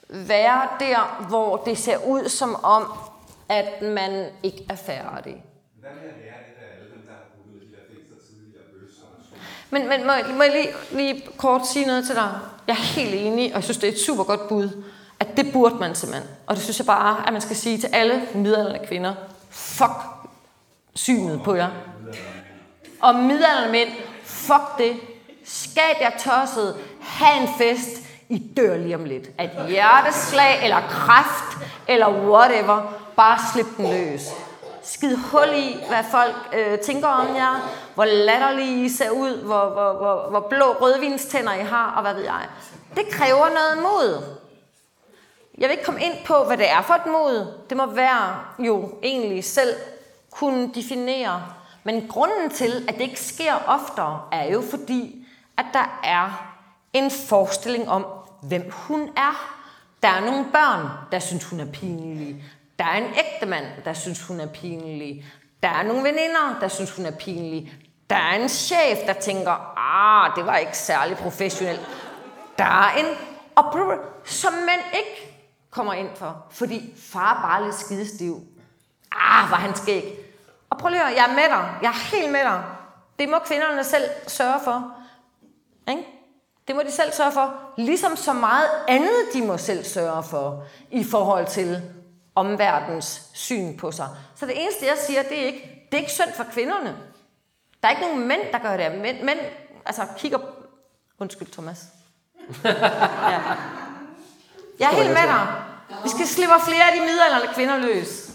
være der, hvor det ser ud som om, at man ikke er færdig. Hvad med at lære det af alle dem, der har boet i de der fængsler tidligere, bøsser? Men må jeg lige kort sige noget til dig? Jeg er helt enig, og jeg synes, det er et super godt bud, at det burde man simpelthen. Og det synes jeg bare, at man skal sige til alle midaldrende kvinder, fuck synet på jer. Og midaldrende mænd, fuck det. Skab jer tosset, have en fest, I dør lige om lidt. At hjerteslag, eller kræft, eller whatever, bare slip den løs. Skid hul i, hvad folk tænker om jer, hvor latterlige I ser ud, hvor blå rødvinstænder I har, og hvad ved jeg. Det kræver noget mod. Jeg vil ikke komme ind på, hvad det er for et mod. Det må være jo egentlig selv kunne definere. Men grunden til, at det ikke sker oftere, er jo fordi, at der er en forestilling om, hvem hun er. Der er nogle børn, der synes, hun er pinlig. Der er en ægtemand, der synes, hun er pinlig. Der er nogle veninder, der synes, hun er pinlig. Der er en chef, der tænker, det var ikke særlig professionelt. Der er en opera, som mænd ikke kommer ind for, fordi far er bare lidt skidestiv. Var han skæg. Og prøv lige at høre, jeg er med dig. Jeg er helt med dig. Det må kvinderne selv sørge for. Ikke? Det må de selv sørge for. Ligesom så meget andet, de må selv sørge for, i forhold til omverdens syn på sig. Så det eneste, jeg siger, det er ikke synd for kvinderne. Der er ikke nogen mænd, der gør det. Mænd kigger... Undskyld, Thomas. Ja. Jeg er helt med dig. Vi skal slippe flere af de midaldrende kvinder løs.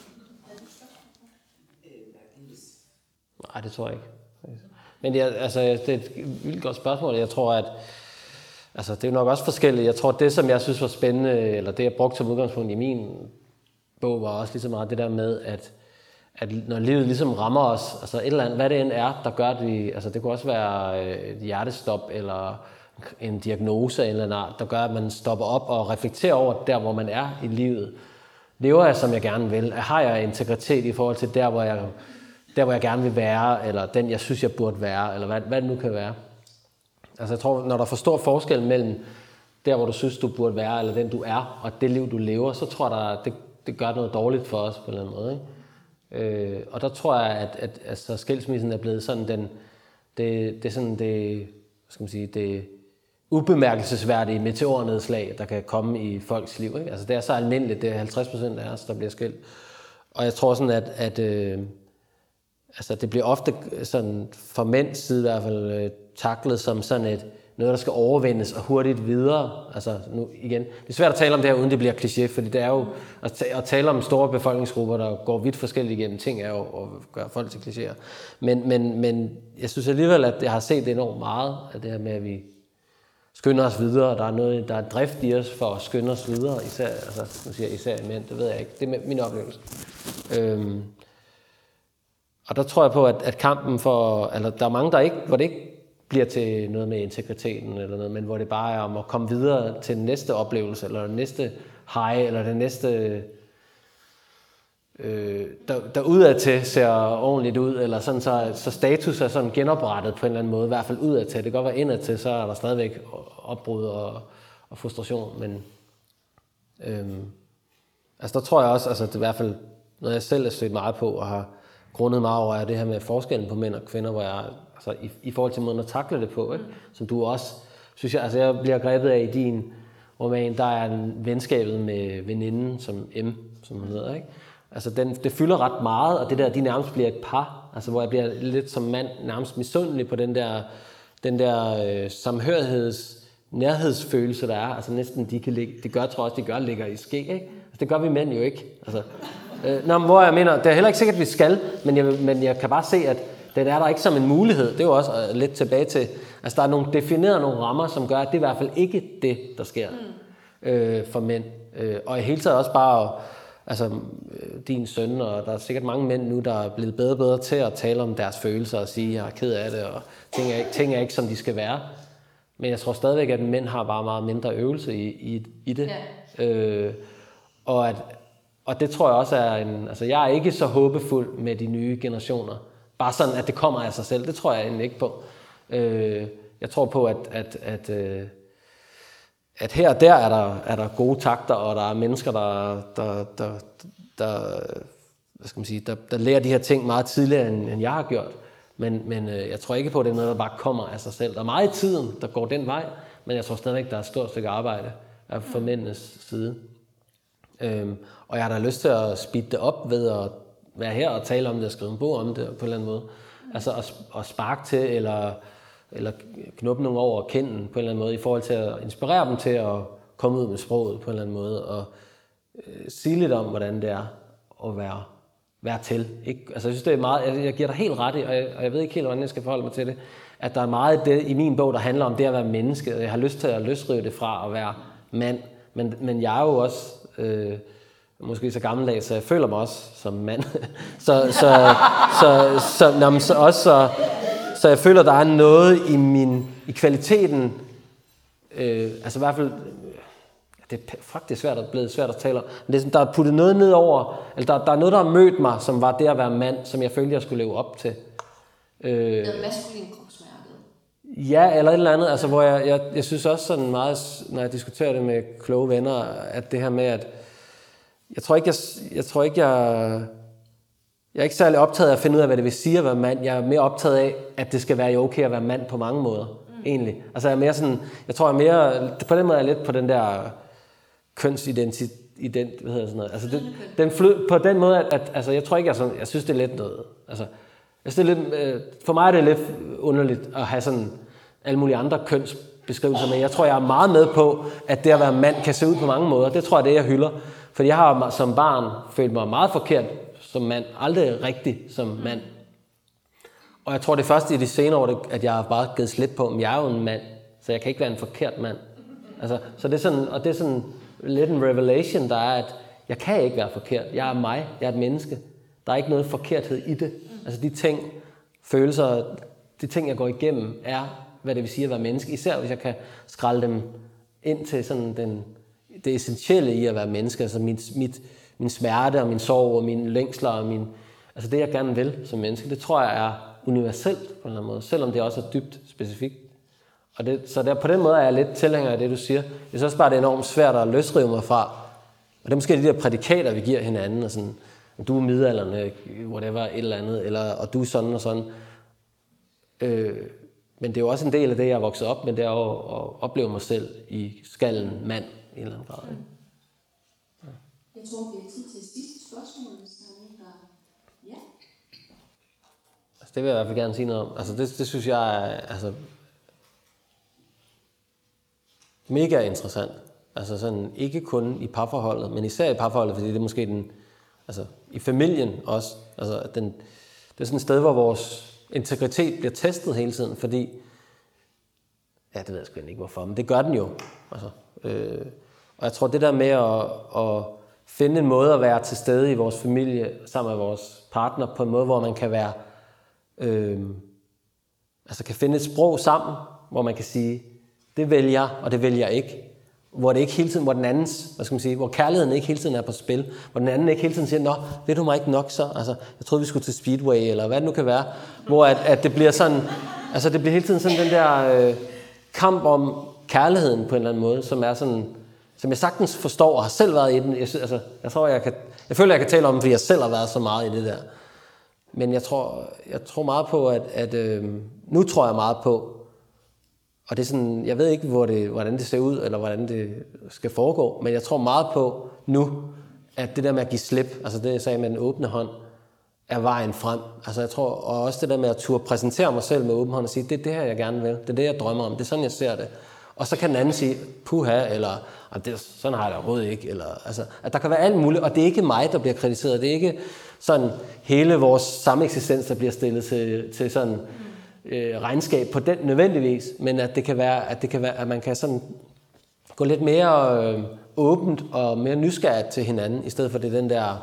Nej, det tror jeg ikke. Men det er et vildt godt spørgsmål. Jeg tror, at det er nok også forskelligt. Jeg tror, det, som jeg synes var spændende, eller det, jeg brugte som udgangspunkt i min bog, var også lige så meget det der med, at når livet ligesom rammer os, et eller andet, hvad det end er, der gør, at vi... det kunne også være et hjertestop, eller en diagnose eller en art, der gør, at man stopper op og reflekterer over der, hvor man er i livet. Lever jeg, som jeg gerne vil? Har jeg integritet i forhold til der, hvor jeg gerne vil være, eller den, jeg synes, jeg burde være, eller hvad det nu kan være. Jeg tror, når der er for stor forskel mellem der, hvor du synes, du burde være, eller den, du er, og det liv, du lever, så tror jeg, det gør noget dårligt for os på en eller anden måde. Ikke? Og der tror jeg, at skilsmissen er blevet sådan det ubemærkelsesværdige meteornedslag, der kan komme i folks liv. Ikke? Det er så almindeligt, det er 50% af os, der bliver skilt. Og jeg tror sådan, at det bliver ofte sådan, fra mænds side i hvert fald, taklet som sådan noget, der skal overvindes og hurtigt videre. Nu igen, det er svært at tale om det her, uden det bliver kliché, fordi det er jo at tale om store befolkningsgrupper, der går vidt forskelligt igennem ting, er jo at gøre folk til klichéer. Men jeg synes alligevel, at jeg har set det enormt meget, af det her med, at vi skynder os videre, og der er drift i os for at skynde os videre, især i mænd, det ved jeg ikke. Det er min oplevelse. Og der tror jeg på, at kampen for... der er mange, hvor det ikke bliver til noget med integriteten eller noget, men hvor det bare er om at komme videre til den næste oplevelse, eller den næste high, eller den næste... der udadtil ser ordentligt ud, eller sådan, så status er sådan genoprettet på en eller anden måde, i hvert fald udadtil. Det kan godt være indadtil, så er der stadigvæk opbrud og frustration, men... der tror jeg også, det er i hvert fald noget, jeg selv har stødt meget på, og har grundet meget over, er det her med forskellen på mænd og kvinder, hvor jeg, i forhold til måden at takle det på, ikke? Som du også, synes jeg, jeg bliver grebet af i din roman, der er en venskabet med veninden, som M, som hun hedder, ikke? Det fylder ret meget, og det der, de nærmest bliver et par, hvor jeg bliver lidt som mand nærmest misundelig på den der nærhedsfølelse, der er, næsten de kan ligge, det gør, tror jeg også, de gør, ligger i skæg, ikke? Det gør vi mænd jo ikke, hvor jeg mener, det er heller ikke sikkert, at vi skal, men jeg kan bare se, at den er der ikke som en mulighed. Det er jo også lidt tilbage til, der er nogle rammer, som gør, at det er i hvert fald ikke det, der sker for mænd. Og i hele taget også bare, din søn, og der er sikkert mange mænd nu, der er blevet bedre og bedre til at tale om deres følelser og sige, at jeg er ked af det, og ting er ikke, som de skal være. Men jeg tror stadigvæk, at mænd har bare meget mindre øvelse i det. Ja. Og det tror jeg også er jeg er ikke så håbefuld med de nye generationer. Bare sådan, at det kommer af sig selv. Det tror jeg egentlig ikke på. Jeg tror på, at her og der er der gode takter, og der er mennesker, hvad skal man sige, der lærer de her ting meget tidligere, end jeg har gjort. Men jeg tror ikke på, at det er noget, der bare kommer af sig selv. Der er meget i tiden, der går den vej, men jeg tror stadigvæk, der er et stort stykke arbejde fra mændenes side. Og jeg har da lyst til at speede det op ved at være her og tale om det og skrive en bog om det på en eller anden måde. Altså at sparke til eller knuppe nogen over kinden på en eller anden måde i forhold til at inspirere dem til at komme ud med sproget på en eller anden måde og sige lidt om, hvordan det er at være til. Ikke? Altså jeg synes, det er meget, jeg giver dig helt ret i, og jeg ved ikke helt, hvordan jeg skal forholde mig til det, at der er meget det i min bog, der handler om det at være menneske, og jeg har lyst til at løsrive det fra at være mand, men jeg er jo også måske så gammeldags, så jeg føler mig også som mand. Så jeg føler, der er noget i kvaliteten, altså i hvert fald, det er faktisk blevet svært at tale om, men det er sådan, der er puttet noget ned over, eller der er noget, der har mødt mig, som var det at være mand, som jeg følte, jeg skulle leve op til. Det er maskulin kropsmærket. Ja, eller et eller andet, altså hvor jeg synes også sådan meget, når jeg diskuterer det med kloge venner, at det her med, at jeg er ikke særlig optaget af at finde ud af, hvad det vil sige at være mand. Jeg er mere optaget af, at det skal være okay at være mand på mange måder, egentlig. Altså jeg er mere sådan, på den måde er jeg lidt på den der kønsidentitet, hvad hedder sådan noget. Altså på den måde, at altså jeg tror ikke, jeg synes det er lidt noget. Altså, jeg synes, det er lidt, for mig er det lidt underligt at have sådan alle mulige andre kønsbeskrivelser, men jeg tror, jeg er meget med på, at det at være mand kan se ud på mange måder. Det tror jeg, det er, jeg hylder. Fordi jeg har som barn følt mig meget forkert som mand, aldrig rigtig som mand. Og jeg tror, det er først i de senere år, at jeg har bare givet slip på, at jeg er jo en mand, så jeg kan ikke være en forkert mand. Altså, så det er sådan, og det er sådan lidt en revelation, der er, at jeg kan ikke være forkert. Jeg er mig, jeg er et menneske. Der er ikke noget forkerthed i det. Altså de ting, følelser, de ting, jeg går igennem, er, hvad det vil sige at være menneske. Især hvis jeg kan skralde dem ind til sådan det essentielle i at være menneske. Altså min smerte og min sorg og mine længsler og altså det, jeg gerne vil som menneske, det tror jeg er universelt på en eller anden måde, selvom det også er dybt specifikt. Og så på den måde er jeg lidt tilhænger af det, du siger. Jeg synes også bare, det er enormt svært at løsrive mig fra. Og det er måske de der prædikater, vi giver hinanden, og sådan, du er midaldrende, whatever, et eller andet, og du er sådan og sådan. Men det er jo også en del af det, jeg er vokset op med, det er at opleve mig selv i skallen mand i en eller anden grad. Ja. Jeg tror, vi har tid til sidste spørgsmål, hvis der er nogen, der... Ja. Altså, det vil jeg i hvert fald gerne sige noget om. Altså, det synes jeg er mega interessant. Altså sådan, ikke kun i parforholdet, men især i parforholdet, fordi det er måske i familien også. Altså, det er sådan et sted, hvor vores integritet bliver testet hele tiden, fordi, ja, det ved jeg sgu ikke hvorfor, men det gør den jo. Altså, og jeg tror, det der med at finde en måde at være til stede i vores familie, sammen med vores partner, på en måde, hvor man kan være, kan finde et sprog sammen, hvor man kan sige, det vælger jeg, og det vælger jeg ikke. Hvor det ikke hele tiden, hvor den andens, hvor kærligheden ikke hele tiden er på spil, hvor den anden ikke hele tiden siger, nå, ved du mig ikke nok så? Altså, jeg troede, vi skulle til Speedway, eller hvad det nu kan være. Hvor at det bliver sådan, altså det bliver hele tiden sådan den der kamp om kærligheden på en eller anden måde, som er sådan, som jeg sagtens forstår, og har selv været i den. Jeg føler, jeg kan tale om det, fordi jeg selv har været så meget i det der. Men jeg tror meget på, nu tror jeg meget på, og det er sådan, jeg ved ikke, hvordan det ser ud, eller hvordan det skal foregå, men jeg tror meget på nu, at det der med at give slip, altså det jeg sagde med den åbne hånd, er vejen frem. Altså jeg tror, og også det der med at turde præsentere mig selv med åben hånd og sige, det er det her, jeg gerne vil, det er det, jeg drømmer om, det er sådan, jeg ser det. Og så kan den anden sige, puha, eller sådan har jeg det overhovedet ikke, eller altså, at der kan være alt muligt, og det er ikke mig, der bliver kritiseret, det er ikke sådan hele vores sameksistens, der bliver stillet til sådan regnskab på den nødvendigvis, men at det kan være, at man kan sådan gå lidt mere åbent og mere nysgerrigt til hinanden, i stedet for det den der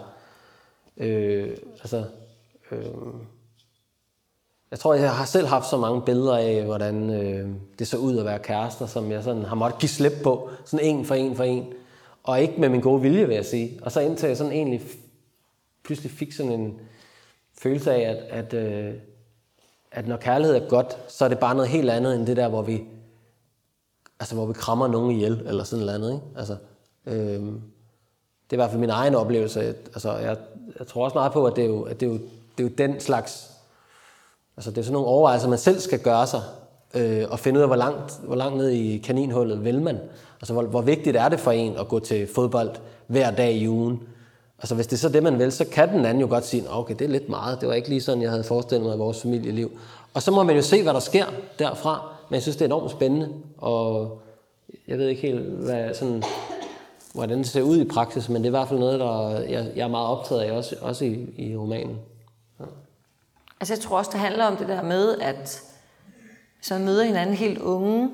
jeg tror, jeg har selv haft så mange billeder af, hvordan det så ud at være kærester, som jeg sådan har måttet give slip på, sådan en for en, og ikke med min gode vilje, vil jeg sige. Og så indtil jeg sådan egentlig pludselig fik sådan en følelse af, at når kærlighed er godt, så er det bare noget helt andet end det der, hvor vi altså hvor vi krammer nogen ihjel, eller sådan noget andet, ikke? Altså, det er i hvert fald min egen oplevelse. Altså, jeg tror også meget på, at det er jo den slags, altså det er sådan nogle overvejelser, man selv skal gøre sig, og finde ud af, hvor langt ned i kaninhullet vil man. Altså, hvor vigtigt er det for en at gå til fodbold hver dag i ugen. Altså, hvis det er så det, man vil, så kan den anden jo godt sige, okay, det er lidt meget, det var ikke lige sådan, jeg havde forestillet mig i vores familieliv. Og så må man jo se, hvad der sker derfra. Men jeg synes, det er enormt spændende, og jeg ved ikke helt, hvordan det ser ud i praksis, men det er i hvert fald noget, der jeg er meget optaget af, også i romanen. Ja. Altså jeg tror også, det handler om det der med, at så man møder hinanden helt unge,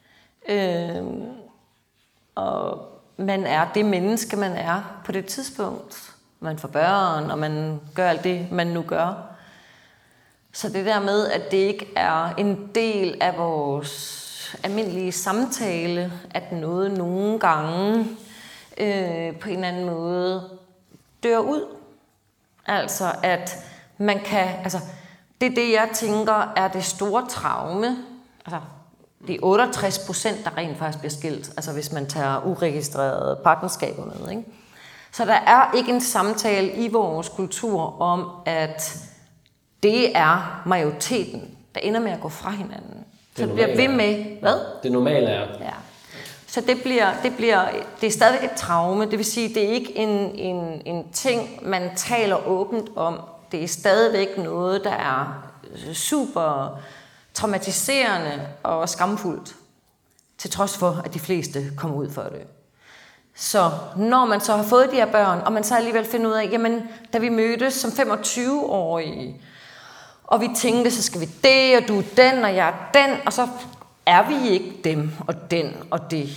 og man er det menneske, man er på det tidspunkt. Man får børn, og man gør alt det, man nu gør. Så det der med, at det ikke er en del af vores almindelige samtale, at noget nogle gange på en eller anden måde dør ud. Altså at man kan, altså det er det, jeg tænker er det store traume. Altså det er 68%, der rent faktisk bliver skilt, altså hvis man tager uregistrerede partnerskaber med, ikke? Så der er ikke en samtale i vores kultur om, at det er majoriteten, der ender med at gå fra hinanden. Så det bliver ved med, hvad? Det normale er. Ja. Så det er stadig et traume, det vil sige, det er ikke en ting, man taler åbent om. Det er stadigvæk noget, der er super traumatiserende og skamfuldt, til trods for, at de fleste kommer ud for det. Så når man så har fået de her børn, og man så alligevel finder ud af, jamen, da vi mødtes som 25-årige, og vi tænkte, så skal vi det, og du er den, og jeg er den, og så er vi ikke dem, og den, og det.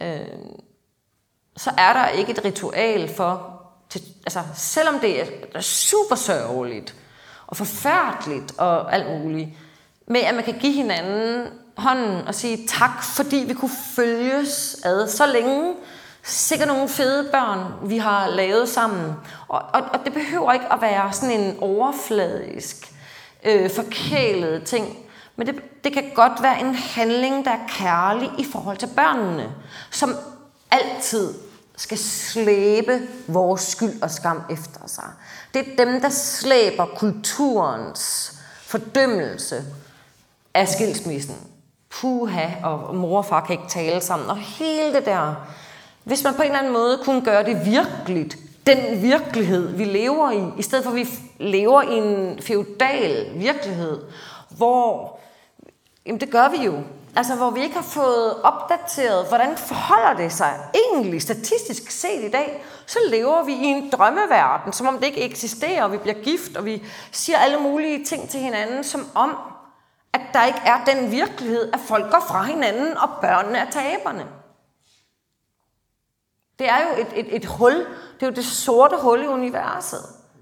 Så er der ikke et ritual for, altså selvom det er super sørgeligt, og forfærdeligt, og alt muligt, med at man kan give hinanden hånden og sige tak, fordi vi kunne følges ad så længe. Sikkert nogle fede børn, vi har lavet sammen. Og det behøver ikke at være sådan en overfladisk, forkælet ting. Men det kan godt være en handling, der er kærlig i forhold til børnene, som altid skal slæbe vores skyld og skam efter sig. Det er dem, der slæber kulturens fordømmelse af skilsmissen. Puha, og mor og far kan ikke tale sammen, og hele det der. Hvis man på en eller anden måde kunne gøre det virkeligt, den virkelighed, vi lever i stedet for at vi lever i en feudal virkelighed, hvor, jamen det gør vi jo, altså hvor vi ikke har fået opdateret, hvordan forholder det sig egentlig statistisk set i dag, så lever vi i en drømmeverden, som om det ikke eksisterer, og vi bliver gift, og vi siger alle mulige ting til hinanden, som om, at der ikke er den virkelighed, at folk går fra hinanden, og børnene er taberne. Det er jo et hul. Det er jo det sorte hul i universet.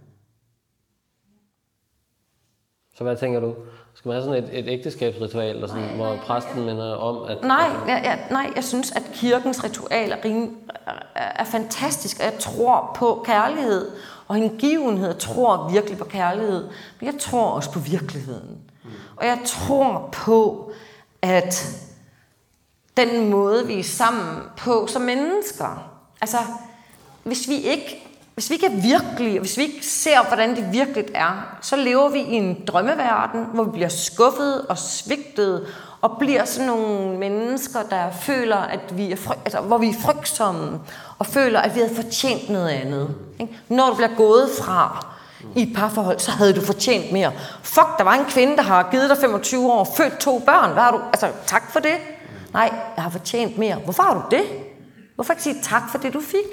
Så hvad tænker du? Skal man have sådan et ægteskabsritual, eller sådan, hvor præsten minder om, at... Nej, jeg synes, at kirkens ritual er fantastisk, og jeg tror på kærlighed og hengivenhed. Jeg tror virkelig på kærlighed, men jeg tror også på virkeligheden. Og jeg tror på, at den måde, vi er sammen på som mennesker, altså, hvis vi ikke er virkelige, og hvis vi ikke ser, hvordan det virkelig er, så lever vi i en drømmeverden, hvor vi bliver skuffet og svigtet, og bliver sådan nogle mennesker, der føler, at vi er hvor vi er frygtsomme, og føler, at vi havde fortjent noget andet. Ikke? Når du bliver gået fra i et parforhold, så havde du fortjent mere. Fuck, der var en kvinde, der har givet dig 25 år, født 2 børn. Hvad har du? Altså, tak for det. Nej, jeg har fortjent mere. Hvorfor har du det? Hvorfor ikke sige tak for det, du fik?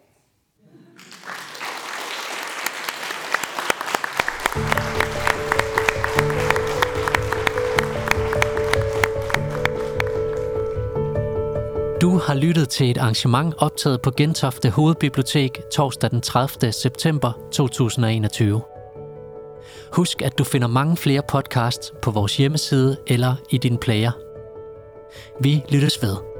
Du har lyttet til et arrangement optaget på Gentofte Hovedbibliotek torsdag den 30. september 2021. Husk, at du finder mange flere podcasts på vores hjemmeside eller i din player. Vi lyttes ved.